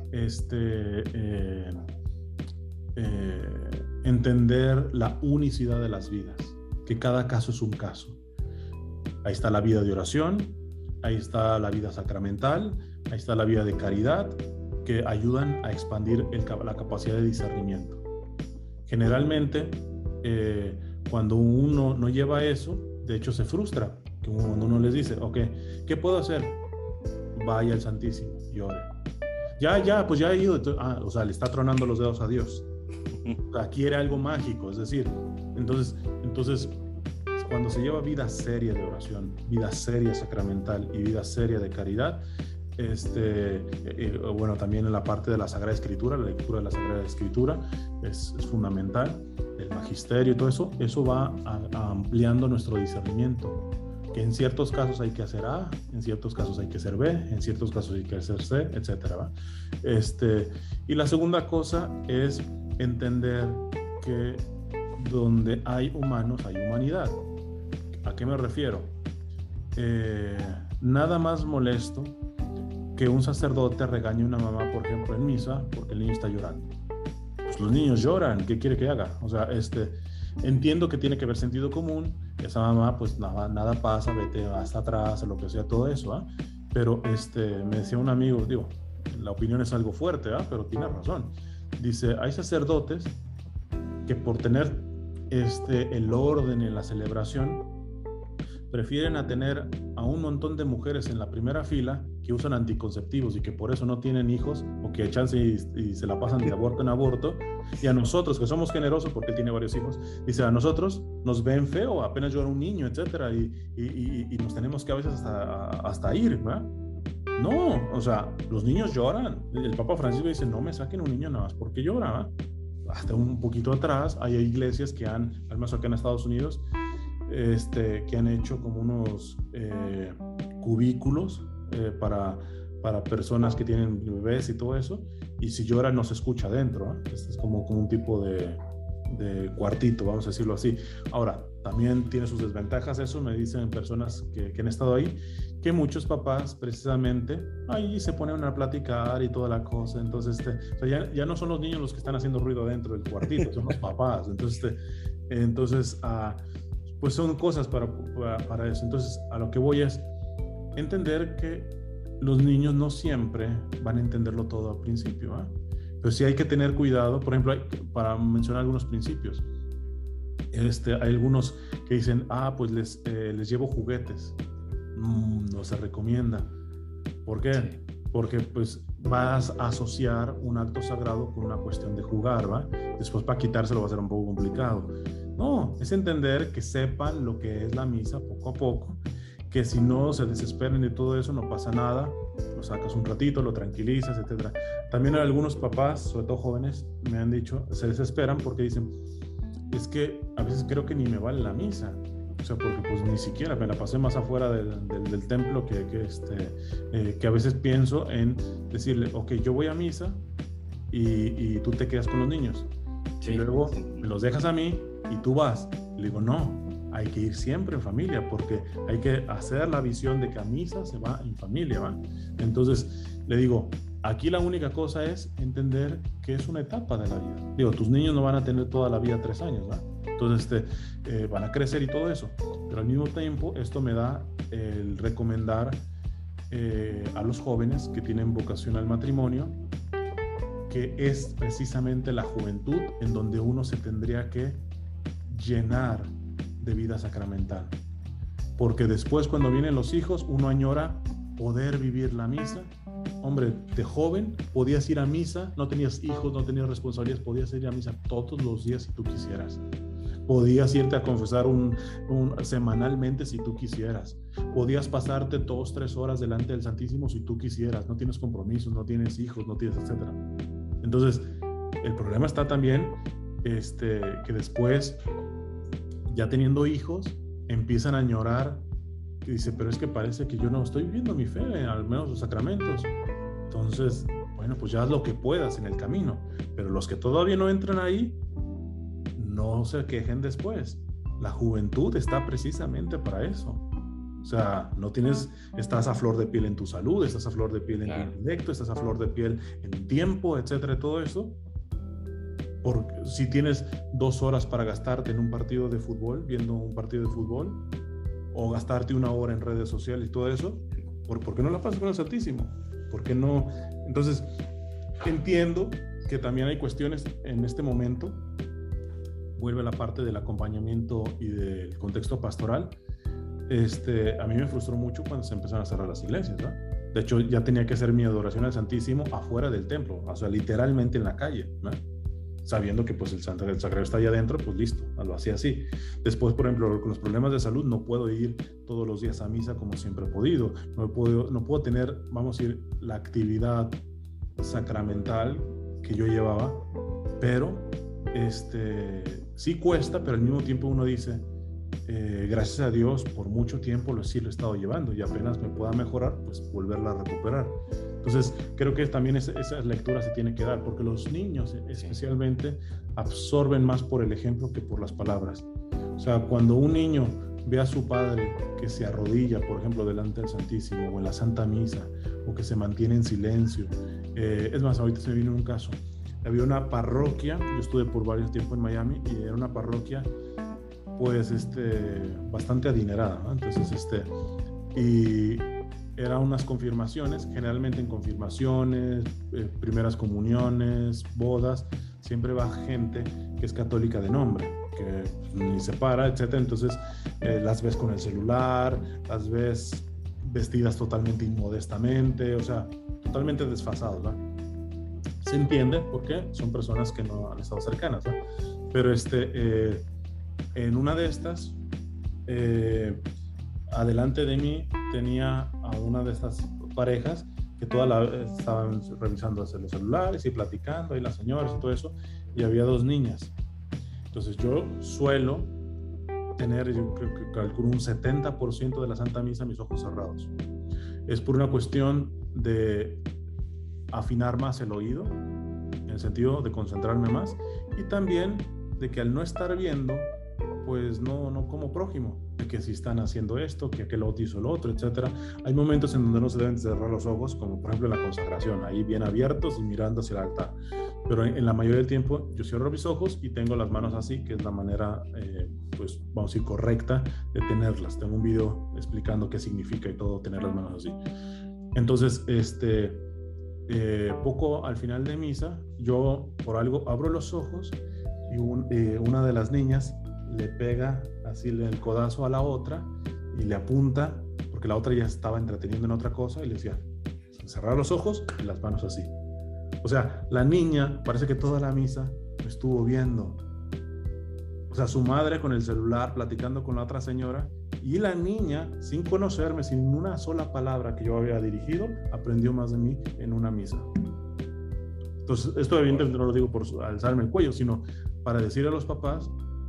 entender la unicidad de las vidas, que cada caso es un caso. Ahí está la vida de oración, ahí está la vida sacramental, ahí está la vida de caridad, que ayudan a expandir la capacidad de discernimiento. Generalmente, cuando uno no lleva eso, de hecho se frustra, que cuando uno les dice, ok, ¿qué puedo hacer? Vaya al Santísimo y ore. Pues ya he ido. O sea, le está tronando los dedos a Dios. O sea, quiere algo mágico, es decir, entonces cuando se lleva vida seria de oración, vida seria sacramental y vida seria de caridad, bueno, también en la parte de la Sagrada Escritura, la lectura de la Sagrada Escritura es fundamental, el magisterio y todo eso va ampliando nuestro discernimiento, que en ciertos casos hay que hacer A, en ciertos casos hay que hacer B, en ciertos casos hay que hacer C, etcétera, ¿va? Y la segunda cosa es entender que donde hay humanos hay humanidad. ¿A qué me refiero? Nada más molesto que un sacerdote regañe a una mamá, por ejemplo, en misa, porque el niño está llorando. Pues los niños lloran, ¿qué quiere que haga? O sea, entiendo que tiene que haber sentido común, esa mamá, pues nada pasa, vete hasta atrás, o lo que sea, todo eso, ¿eh? Pero me decía un amigo, digo, la opinión es algo fuerte, ¿eh? Pero tiene razón. Dice, hay sacerdotes que por tener el orden en la celebración, prefieren a tener a un montón de mujeres en la primera fila que usan anticonceptivos y que por eso no tienen hijos o que chance y se la pasan de aborto en aborto, y a nosotros que somos generosos porque él tiene varios hijos, dice, a nosotros nos ven feo, apenas llora un niño, etcétera, y nos tenemos que a veces hasta ir, ¿verdad? No, o sea, los niños lloran. El Papa Francisco dice, no me saquen un niño nada más porque llora, ¿eh? Hasta un poquito atrás hay iglesias que al menos acá en Estados Unidos, que han hecho como unos cubículos para personas que tienen bebés y todo eso, y si llora no se escucha adentro, ¿eh? Es como un tipo de cuartito, vamos a decirlo así. Ahora, también tiene sus desventajas eso, me dicen personas que han estado ahí, que muchos papás precisamente ahí se ponen a platicar y toda la cosa, entonces o sea, ya no son los niños los que están haciendo ruido dentro del cuartito, son los papás, entonces pues son cosas para eso. Entonces a lo que voy es entender que los niños no siempre van a entenderlo todo al principio, ¿eh? Pero sí hay que tener cuidado. Por ejemplo, para mencionar algunos principios, hay algunos que dicen, pues les llevo juguetes. No se recomienda. ¿Por qué? Sí. Porque pues vas a asociar un acto sagrado con una cuestión de jugar, ¿va? Después para quitárselo va a ser un poco complicado. No, es entender que sepan lo que es la misa poco a poco, que si no se desesperan de todo eso no pasa nada, lo sacas un ratito, lo tranquilizas, etc. También algunos papás, sobre todo jóvenes, me han dicho, se desesperan porque dicen, es que a veces creo que ni me vale la misa, o sea, porque pues ni siquiera me la pasé más afuera del templo que a veces pienso en decirle, ok, yo voy a misa y tú te quedas con los niños, sí, y luego me los dejas a mí y tú vas. Le digo, no, hay que ir siempre en familia porque hay que hacer la visión de que a misa se va en familia, ¿va? Entonces le digo, aquí la única cosa es entender que es una etapa de la vida. Digo, tus niños no van a tener toda la vida 3 años, ¿va? Entonces van a crecer y todo eso, pero al mismo tiempo esto me da el recomendar a los jóvenes que tienen vocación al matrimonio, que es precisamente la juventud en donde uno se tendría que llenar de vida sacramental, porque después cuando vienen los hijos uno añora poder vivir la misa. Hombre, de joven podías ir a misa, no tenías hijos, no tenías responsabilidades, podías ir a misa todos los días si tú quisieras, podías irte a confesar semanalmente si tú quisieras, podías pasarte 2-3 horas delante del Santísimo si tú quisieras, no tienes compromisos, no tienes hijos, no tienes etcétera. Entonces el problema está también que después, ya teniendo hijos, empiezan a añorar y dice, pero es que parece que yo no estoy viviendo mi fe, al menos los sacramentos. Entonces, bueno, pues ya haz lo que puedas en el camino, pero los que todavía no entran ahí, no se quejen después. La juventud está precisamente para eso. O sea, estás a flor de piel en tu salud, estás a flor de piel en tu intelecto, estás a flor de piel en tiempo, etcétera, todo eso. Porque si tienes 2 horas para gastarte en un partido de fútbol, viendo un partido de fútbol, o gastarte 1 hora en redes sociales y todo eso, ¿por qué no la pasas con el Santísimo? ¿Por qué no? Entonces, entiendo que también hay cuestiones en este momento, vuelve la parte del acompañamiento y del contexto pastoral. A mí me frustró mucho cuando se empezaron a cerrar las iglesias, ¿no? De hecho, ya tenía que hacer mi adoración al Santísimo afuera del templo, o sea, literalmente en la calle, ¿no? Sabiendo que pues el sagrario está allá adentro, pues listo, lo hacía así. Después, por ejemplo, con los problemas de salud, no puedo ir todos los días a misa como siempre he podido. No puedo tener, vamos a decir, la actividad sacramental que yo llevaba, pero sí cuesta, pero al mismo tiempo uno dice, gracias a Dios, por mucho tiempo sí lo he estado llevando y apenas me pueda mejorar, pues volverla a recuperar. Entonces, creo que también esa lectura se tiene que dar, porque los niños especialmente absorben más por el ejemplo que por las palabras. O sea, cuando un niño ve a su padre que se arrodilla, por ejemplo, delante del Santísimo o en la Santa Misa, o que se mantiene en silencio. Es más, ahorita se me vino un caso. Había una parroquia, yo estuve por varios tiempos en Miami, y era una parroquia pues bastante adinerada, ¿no? Entonces y eran unas confirmaciones, generalmente en confirmaciones, primeras comuniones, bodas, siempre va gente que es católica de nombre, que ni se para, etcétera. Entonces las ves con el celular, las ves vestidas totalmente inmodestamente, o sea, totalmente desfasados, ¿no? Se entiende porque son personas que no han estado cercanas, ¿no? Pero en una de estas, adelante de mí tenía a una de estas parejas que estaban revisando los celulares y platicando, y las señoras y todo eso, y había 2 niñas. Entonces yo suelo tener, yo creo que calculo un 70% de la Santa Misa mis ojos cerrados. Es por una cuestión de afinar más el oído, en el sentido de concentrarme más, y también de que al no estar viendo, pues no como prójimo, de que si están haciendo esto, que aquel otro hizo lo otro, etcétera. Hay momentos en donde no se deben cerrar los ojos, como por ejemplo en la consagración, ahí bien abiertos y mirando hacia el altar. Pero en la mayoría del tiempo yo cierro mis ojos y tengo las manos así, que es la manera, pues vamos a decir, correcta de tenerlas. Tengo un video explicando qué significa y todo tener las manos así. Entonces, poco al final de misa, yo por algo abro los ojos y una de las niñas le pega así el codazo a la otra y le apunta, porque la otra ya estaba entreteniendo en otra cosa, y le decía, cerrar los ojos y las manos así. O sea, la niña parece que toda la misa me estuvo viendo. O sea, su madre con el celular platicando con la otra señora, y la niña, sin conocerme, sin una sola palabra que yo había dirigido, aprendió más de mí en una misa. Entonces, esto evidentemente no lo digo por alzarme el cuello, sino para decir a los papás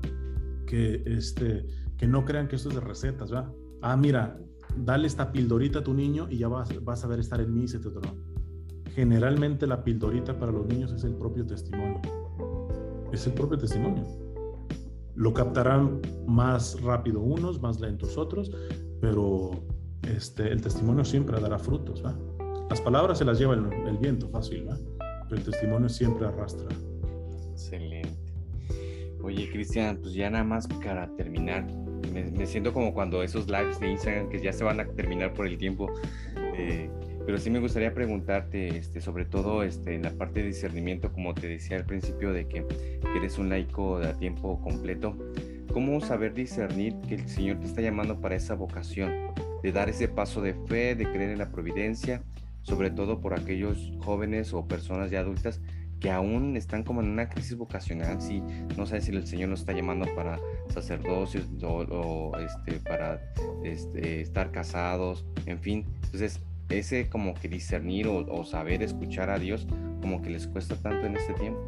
que no crean que esto es de recetas, ¿verdad? Mira, dale esta pildorita a tu niño y ya vas a ver estar en misa, etc. Generalmente la pildorita para los niños es el propio testimonio. Es el propio testimonio. Lo captarán más rápido unos, más lentos otros, pero el testimonio siempre dará frutos, ¿verdad? Las palabras se las lleva el viento fácil, ¿verdad? Pero el testimonio siempre arrastra. Excelente. Oye, Cristian, pues ya nada más para terminar, me siento como cuando esos lives de Instagram que ya se van a terminar por el tiempo, pero sí me gustaría preguntarte, sobre todo en la parte de discernimiento, como te decía al principio, de que eres un laico a tiempo completo. ¿Cómo saber discernir que el Señor te está llamando para esa vocación, de dar ese paso de fe, de creer en la providencia, sobre todo por aquellos jóvenes o personas ya adultas que aún están como en una crisis vocacional, si no sabes si el Señor nos está llamando para sacerdocios o para estar casados, en fin? Entonces, ese como que discernir o saber escuchar a Dios, como que les cuesta tanto en este tiempo.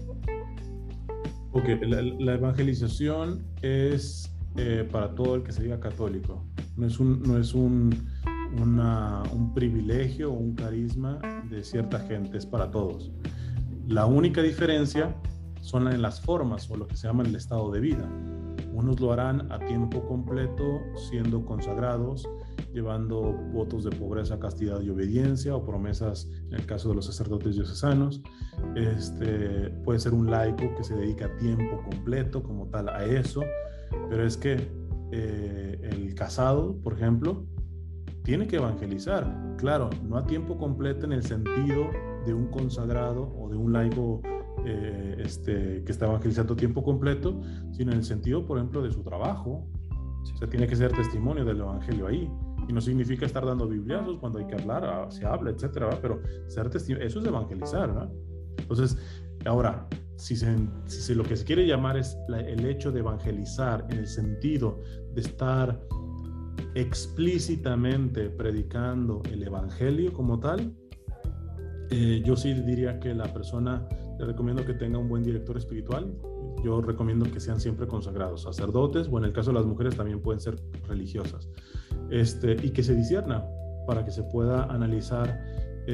Ok, la evangelización es para todo el que se diga católico. No es un privilegio o un carisma de cierta gente, es para todos. La única diferencia son en las formas o lo que se llama el estado de vida. Unos lo harán a tiempo completo, siendo consagrados, llevando votos de pobreza, castidad y obediencia, o promesas en el caso de los sacerdotes diocesanos. Puede ser un laico que se dedica a tiempo completo como tal a eso, pero es que el casado, por ejemplo, tiene que evangelizar. Claro, no a tiempo completo en el sentido de un consagrado o de un laico que está evangelizando a tiempo completo, sino en el sentido, por ejemplo, de su trabajo. O sea, tiene que ser testimonio del evangelio ahí. Y no significa estar dando bibliazos cuando hay que hablar, se habla, etcétera, ¿verdad? Pero ser testimonio, eso es evangelizar, ¿verdad? Entonces, ahora, si lo que se quiere llamar es el hecho de evangelizar en el sentido de estar explícitamente predicando el evangelio como tal, yo sí diría que la persona, le recomiendo que tenga un buen director espiritual. Yo recomiendo que sean siempre consagrados, sacerdotes, o en el caso de las mujeres también pueden ser religiosas, y que se discierna para que se pueda analizar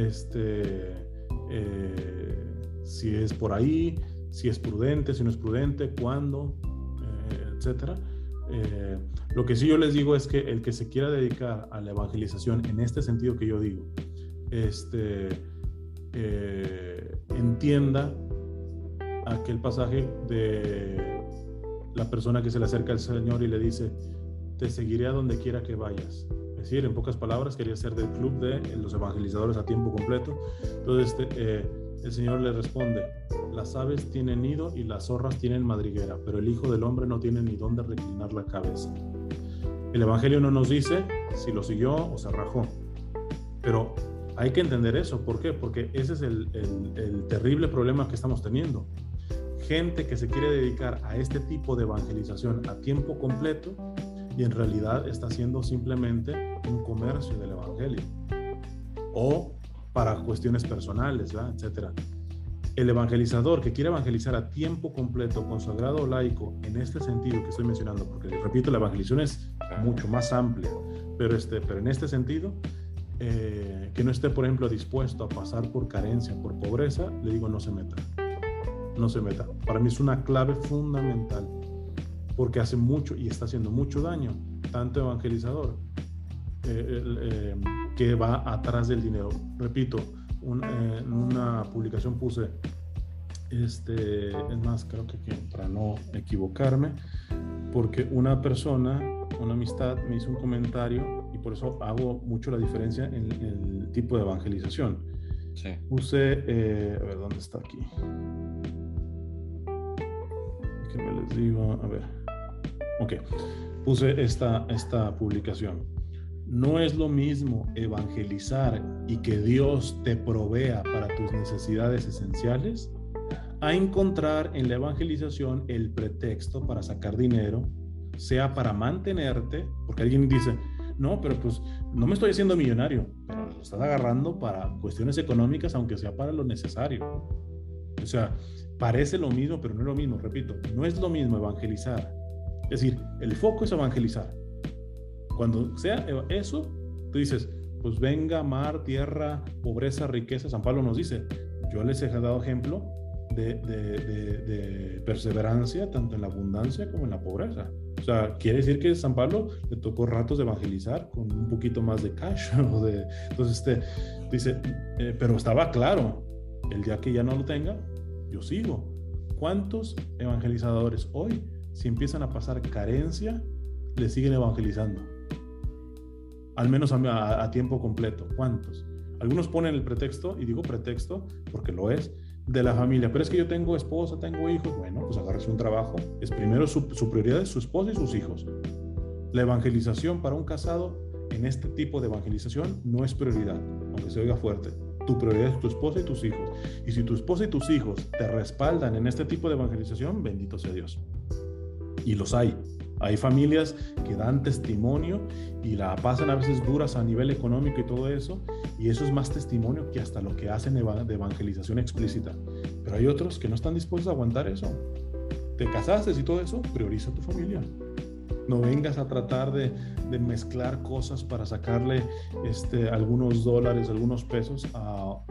si es por ahí, si es prudente, si no es prudente, cuándo, etcétera. Lo que sí yo les digo es que el que se quiera dedicar a la evangelización en este sentido que yo digo, entienda aquel pasaje de la persona que se le acerca al Señor y le dice: te seguiré a donde quiera que vayas. Es decir, en pocas palabras, quería ser del club de los evangelizadores a tiempo completo. Entonces el Señor le responde: las aves tienen nido y las zorras tienen madriguera, pero el Hijo del Hombre no tiene ni dónde reclinar la cabeza. El Evangelio no nos dice si lo siguió o se rajó, pero hay que entender eso. ¿Por qué? Porque ese es el terrible problema que estamos teniendo. Gente que se quiere dedicar a este tipo de evangelización a tiempo completo y en realidad está haciendo simplemente un comercio del evangelio o para cuestiones personales, ¿verdad? Etcétera. El evangelizador que quiere evangelizar a tiempo completo, consagrado o laico, en este sentido que estoy mencionando, porque repito, la evangelización es mucho más amplia, pero en este sentido, que no esté, por ejemplo, dispuesto a pasar por carencia, por pobreza, le digo: no se meta. No se meta. Para mí es una clave fundamental, porque hace mucho y está haciendo mucho daño, tanto evangelizador que va atrás del dinero. Repito, en una publicación puse, es más, creo que para no equivocarme, porque una persona, una amistad, me hizo un comentario y por eso hago mucho la diferencia en el tipo de evangelización. Sí. Puse, a ver, ¿dónde está aquí? ¿Qué me les digo? A ver. Ok. Puse esta publicación. No es lo mismo evangelizar y que Dios te provea para tus necesidades esenciales a encontrar en la evangelización el pretexto para sacar dinero, sea para mantenerte, porque alguien dice: no, pero pues no me estoy haciendo millonario, pero lo estás agarrando para cuestiones económicas, aunque sea para lo necesario. O sea, parece lo mismo, pero no es lo mismo. Repito, no es lo mismo evangelizar. Es decir, el foco es evangelizar. Cuando sea eso, tú dices: pues venga, mar, tierra, pobreza, riqueza. San Pablo nos dice: yo les he dado ejemplo de perseverancia tanto en la abundancia como en la pobreza. O sea, quiere decir que a San Pablo le tocó ratos de evangelizar con un poquito más de cash. Entonces dice, pero estaba claro, el día que ya no lo tenga, yo sigo. ¿Cuántos evangelizadores hoy, si empiezan a pasar carencia, le siguen evangelizando? Al menos a tiempo completo. ¿Cuántos? Algunos ponen el pretexto, y digo pretexto porque lo es, de la familia. Pero es que yo tengo esposa, tengo hijos. Bueno, pues agárrese un trabajo. Es primero su prioridad es su esposa y sus hijos. La evangelización para un casado, en este tipo de evangelización, no es prioridad, aunque se oiga fuerte. Tu prioridad es tu esposa y tus hijos. Y si tu esposa y tus hijos te respaldan en este tipo de evangelización, bendito sea Dios. Y los hay. Hay familias que dan testimonio y la pasan a veces duras a nivel económico y todo eso, y eso es más testimonio que hasta lo que hacen de evangelización explícita. Pero hay otros que no están dispuestos a aguantar eso. Te casaste y todo eso, prioriza tu familia. No vengas a tratar de mezclar cosas para sacarle algunos dólares, algunos pesos a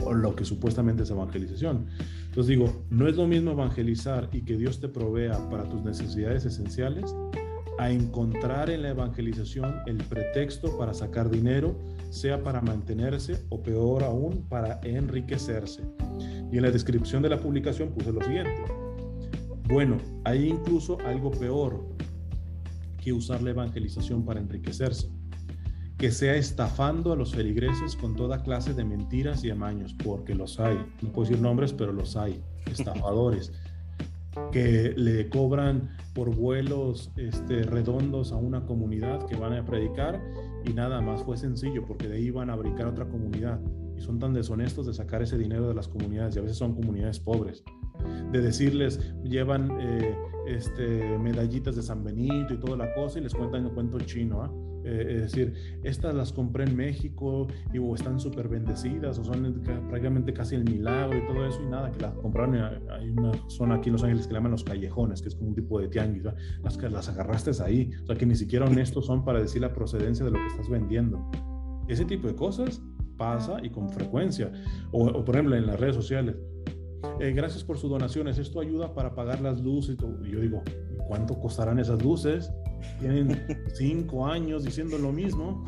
o lo que supuestamente es evangelización. Entonces digo, no es lo mismo evangelizar y que Dios te provea para tus necesidades esenciales a encontrar en la evangelización el pretexto para sacar dinero, sea para mantenerse o peor aún, para enriquecerse. Y en la descripción de la publicación puse lo siguiente: bueno, hay incluso algo peor que usar la evangelización para enriquecerse, que sea estafando a los feligreses con toda clase de mentiras y amaños, porque los hay. No puedo decir nombres, pero los hay, estafadores, que le cobran por vuelos redondos a una comunidad que van a predicar y nada más fue sencillo, porque de ahí van a brincar otra comunidad. Y son tan deshonestos de sacar ese dinero de las comunidades, y a veces son comunidades pobres, de decirles, llevan medallitas de San Benito y toda la cosa, y les cuentan el cuento chino, ¿eh? Es decir, estas las compré en México y están súper bendecidas, o son prácticamente casi el milagro y todo eso, y nada, que las compraron. Hay una zona aquí en Los Ángeles que le llaman los callejones, que es como un tipo de tianguis, ¿verdad? Las agarraste ahí, o sea, que ni siquiera honestos son para decir la procedencia de lo que estás vendiendo. Ese tipo de cosas pasa y con frecuencia. O por ejemplo, en las redes sociales, gracias por sus donaciones, esto ayuda para pagar las luces. Y yo digo, ¿cuánto costarán esas luces? Tienen 5 años diciendo lo mismo.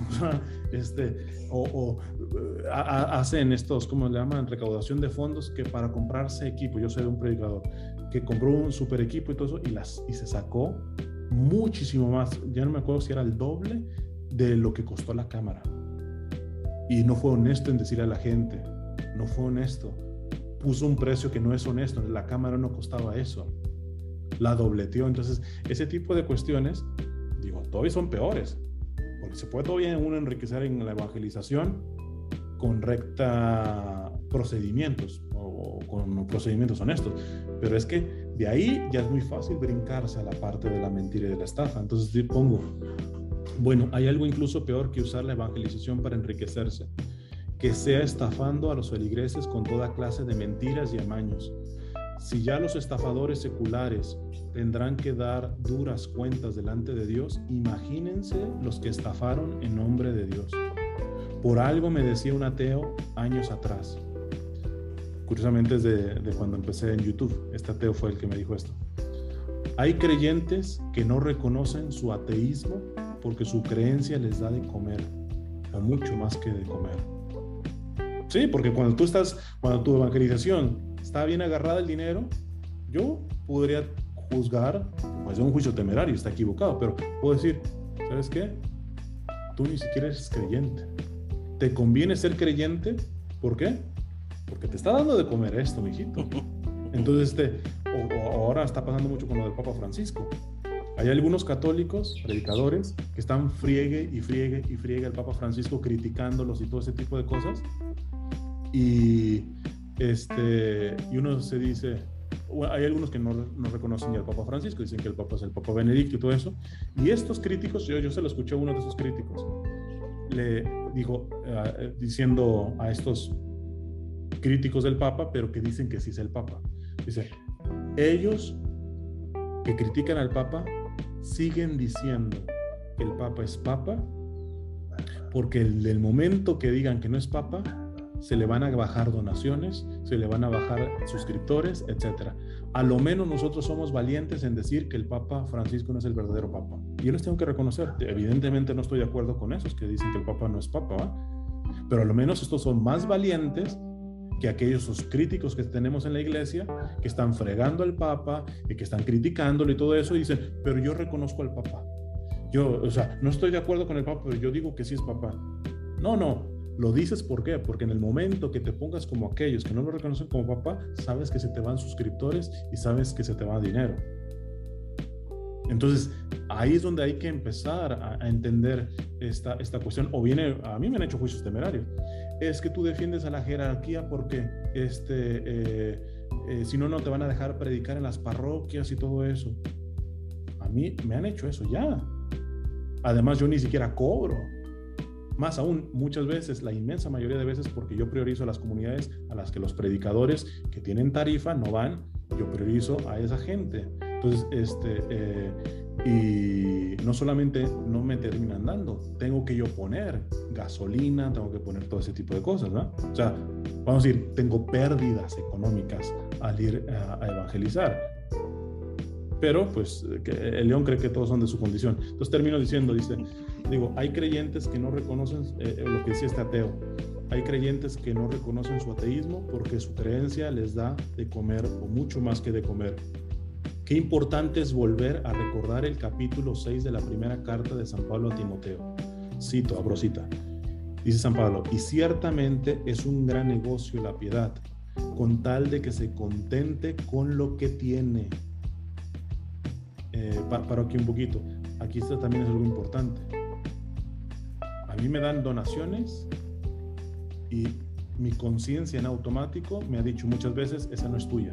Hacen estos, ¿cómo le llaman? Recaudación de fondos, que para comprarse equipo. Yo soy un predicador que compró un super equipo y todo eso, y se sacó muchísimo más. Ya no me acuerdo si era el doble de lo que costó la cámara. Y no fue honesto en decirle a la gente, no fue honesto. Puso un precio que no es honesto. La cámara no costaba eso, la dobleteó. Entonces ese tipo de cuestiones, digo, todavía son peores, porque se puede todavía uno enriquecer en la evangelización con procedimientos o con procedimientos honestos, pero es que de ahí ya es muy fácil brincarse a la parte de la mentira y de la estafa. Entonces yo pongo, bueno, hay algo incluso peor que usar la evangelización para enriquecerse, que sea estafando a los feligreses con toda clase de mentiras y amaños. Si ya los estafadores seculares tendrán que dar duras cuentas delante de Dios, imagínense los que estafaron en nombre de Dios. Por algo me decía un ateo años atrás, curiosamente es de cuando empecé en YouTube, este ateo fue el que me dijo esto: hay creyentes que no reconocen su ateísmo porque su creencia les da de comer, o mucho más que de comer. Sí, porque cuando tu evangelización está bien agarrada el dinero, yo podría juzgar, pues de un juicio temerario, está equivocado, pero puedo decir, ¿sabes qué? Tú ni siquiera eres creyente. ¿Te conviene ser creyente? ¿Por qué? Porque te está dando de comer esto, mijito. Entonces, ahora está pasando mucho con lo del Papa Francisco. Hay algunos católicos, predicadores, que están friegue y friegue y friegue al Papa Francisco, criticándolos y todo ese tipo de cosas. Y uno se dice, hay algunos que no reconocen ya al Papa Francisco, dicen que el Papa es el Papa Benedicto y todo eso. Y estos críticos, yo se lo escuché a uno de esos críticos, le dijo, diciendo a estos críticos del Papa, pero que dicen que sí es el Papa, dice, ellos que critican al Papa siguen diciendo que el Papa es Papa, porque el momento que digan que no es Papa, se le van a bajar donaciones, se le van a bajar suscriptores, etc. A lo menos nosotros somos valientes en decir que el Papa Francisco no es el verdadero Papa. Y yo les tengo que reconocer, evidentemente no estoy de acuerdo con esos que dicen que el Papa no es Papa, ¿va? Pero a lo menos estos son más valientes que aquellos críticos que tenemos en la iglesia, que están fregando al Papa y que están criticándolo y todo eso, y dicen, pero yo reconozco al Papa. Yo, no estoy de acuerdo con el Papa, pero yo digo que sí es Papa. No. Lo dices, ¿por qué? Porque en el momento que te pongas como aquellos que no lo reconocen como Papa, sabes que se te van suscriptores y sabes que se te va dinero. Entonces, ahí es donde hay que empezar a entender esta cuestión. O viene, a mí me han hecho juicios temerarios. Es que tú defiendes a la jerarquía porque si no, no te van a dejar predicar en las parroquias y todo eso. A mí me han hecho eso ya. Además, yo ni siquiera cobro. Más aún, muchas veces, la inmensa mayoría de veces, porque yo priorizo a las comunidades a las que los predicadores que tienen tarifa no van, yo priorizo a esa gente. Entonces, Y no solamente no me terminan dando, tengo que yo poner gasolina, tengo que poner todo ese tipo de cosas, ¿no? O sea, vamos a decir, tengo pérdidas económicas al ir a evangelizar. Pero pues el león cree que todos son de su condición. Entonces termino diciendo, digo, hay creyentes que no reconocen lo que decía este ateo. Hay creyentes que no reconocen su ateísmo porque su creencia les da de comer o mucho más que de comer. Qué importante es volver a recordar el capítulo 6 de la primera carta de San Pablo a Timoteo. Cito, abro cita. Dice San Pablo, y ciertamente es un gran negocio la piedad, con tal de que se contente con lo que tiene. Paro aquí un poquito. Aquí esto también es algo importante. A mí me dan donaciones y mi conciencia en automático me ha dicho muchas veces, esa no es tuya.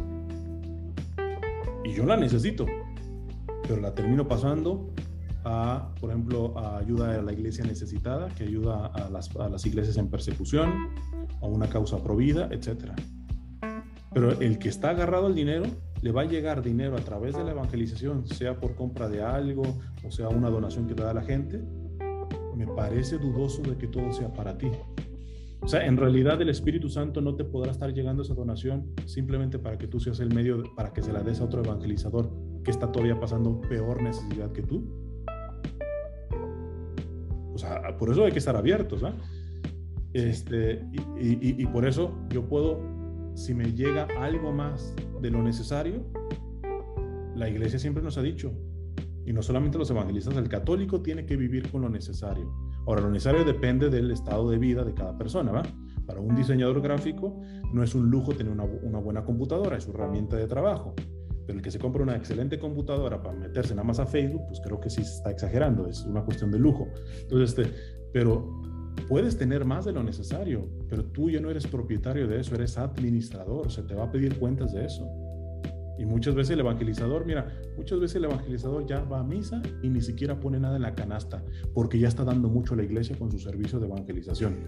Y yo la necesito, pero la termino pasando a, por ejemplo, a ayuda a la iglesia necesitada, que ayuda a las iglesias en persecución, a una causa provida, etc. Pero el que está agarrado al dinero, le va a llegar dinero a través de la evangelización, sea por compra de algo o sea una donación que te da la gente. Me parece dudoso de que todo sea para ti. O sea, en realidad el Espíritu Santo no te podrá estar llegando esa donación simplemente para que tú seas el medio para que se la des a otro evangelizador que está todavía pasando peor necesidad que tú. O sea, por eso hay que estar abiertos, ¿eh? Y por eso yo puedo, si me llega algo más de lo necesario, la iglesia siempre nos ha dicho, y no solamente los evangelistas, el católico tiene que vivir con lo necesario. Ahora, lo necesario depende del estado de vida de cada persona, ¿va? Para un diseñador gráfico no es un lujo tener una buena computadora, es su herramienta de trabajo. Pero el que se compra una excelente computadora para meterse nada más a Facebook, pues creo que sí se está exagerando, es una cuestión de lujo. Entonces, pero puedes tener más de lo necesario, pero tú ya no eres propietario de eso, eres administrador, se te va a pedir cuentas de eso. Y muchas veces el evangelizador ya va a misa y ni siquiera pone nada en la canasta, porque ya está dando mucho a la iglesia con su servicio de evangelización.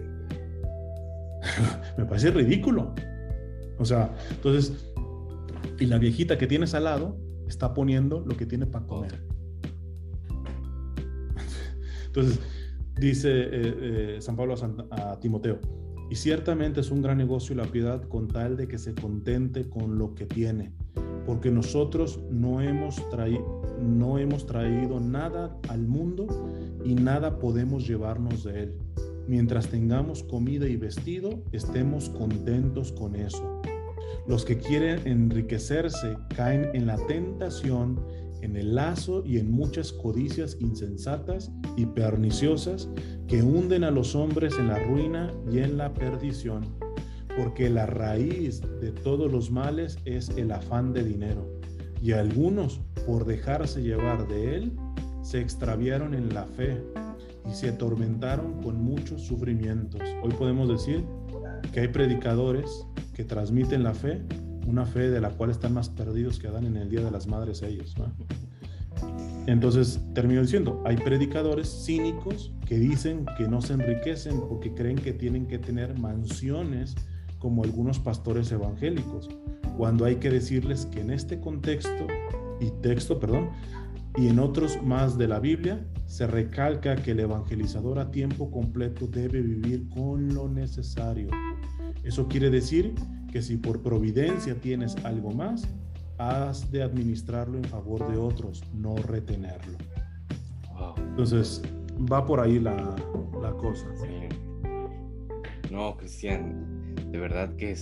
Me parece ridículo. O sea, entonces, y la viejita que tienes al lado está poniendo lo que tiene para comer. Entonces, dice San Pablo a Timoteo, y ciertamente es un gran negocio la piedad con tal de que se contente con lo que tiene, porque nosotros no hemos traído nada al mundo y nada podemos llevarnos de él. Mientras tengamos comida y vestido, estemos contentos con eso. Los que quieren enriquecerse caen en la tentación, en el lazo y en muchas codicias insensatas y perniciosas que hunden a los hombres en la ruina y en la perdición, porque la raíz de todos los males es el afán de dinero, y algunos, por dejarse llevar de él, se extraviaron en la fe y se atormentaron con muchos sufrimientos. Hoy podemos decir que hay predicadores que transmiten la fe, una fe de la cual están más perdidos que Adán en el Día de las Madres ellos, ¿no? Entonces, termino diciendo, hay predicadores cínicos que dicen que no se enriquecen porque creen que tienen que tener mansiones como algunos pastores evangélicos, cuando hay que decirles que en este contexto y en otros más de la Biblia, se recalca que el evangelizador a tiempo completo debe vivir con lo necesario. Eso quiere decir que si por providencia tienes algo más, has de administrarlo en favor de otros, no retenerlo. Wow. Entonces, va por ahí la cosa. Sí. No, Cristian, de verdad que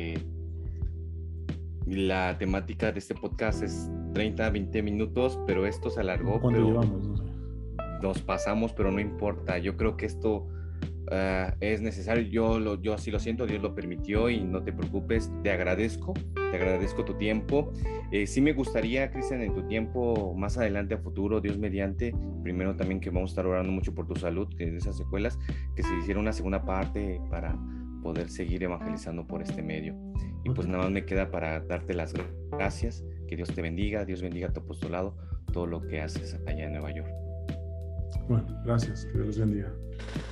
la temática de este podcast es 30, 20 minutos, pero esto se alargó. ¿Cuánto llevamos? No sé. Nos pasamos, pero no importa. Yo creo que esto es necesario. Yo así lo siento, Dios lo permitió y no te preocupes. Te agradezco tu tiempo. Sí me gustaría, Cristian, en tu tiempo, más adelante a futuro, Dios mediante, primero también que vamos a estar orando mucho por tu salud, que de esas secuelas, que se hiciera una segunda parte para poder seguir evangelizando por este medio. Y pues nada más me queda para darte las gracias, que Dios te bendiga, Dios bendiga tu apostolado, todo lo que haces allá en Nueva York. Bueno, gracias, que Dios bendiga.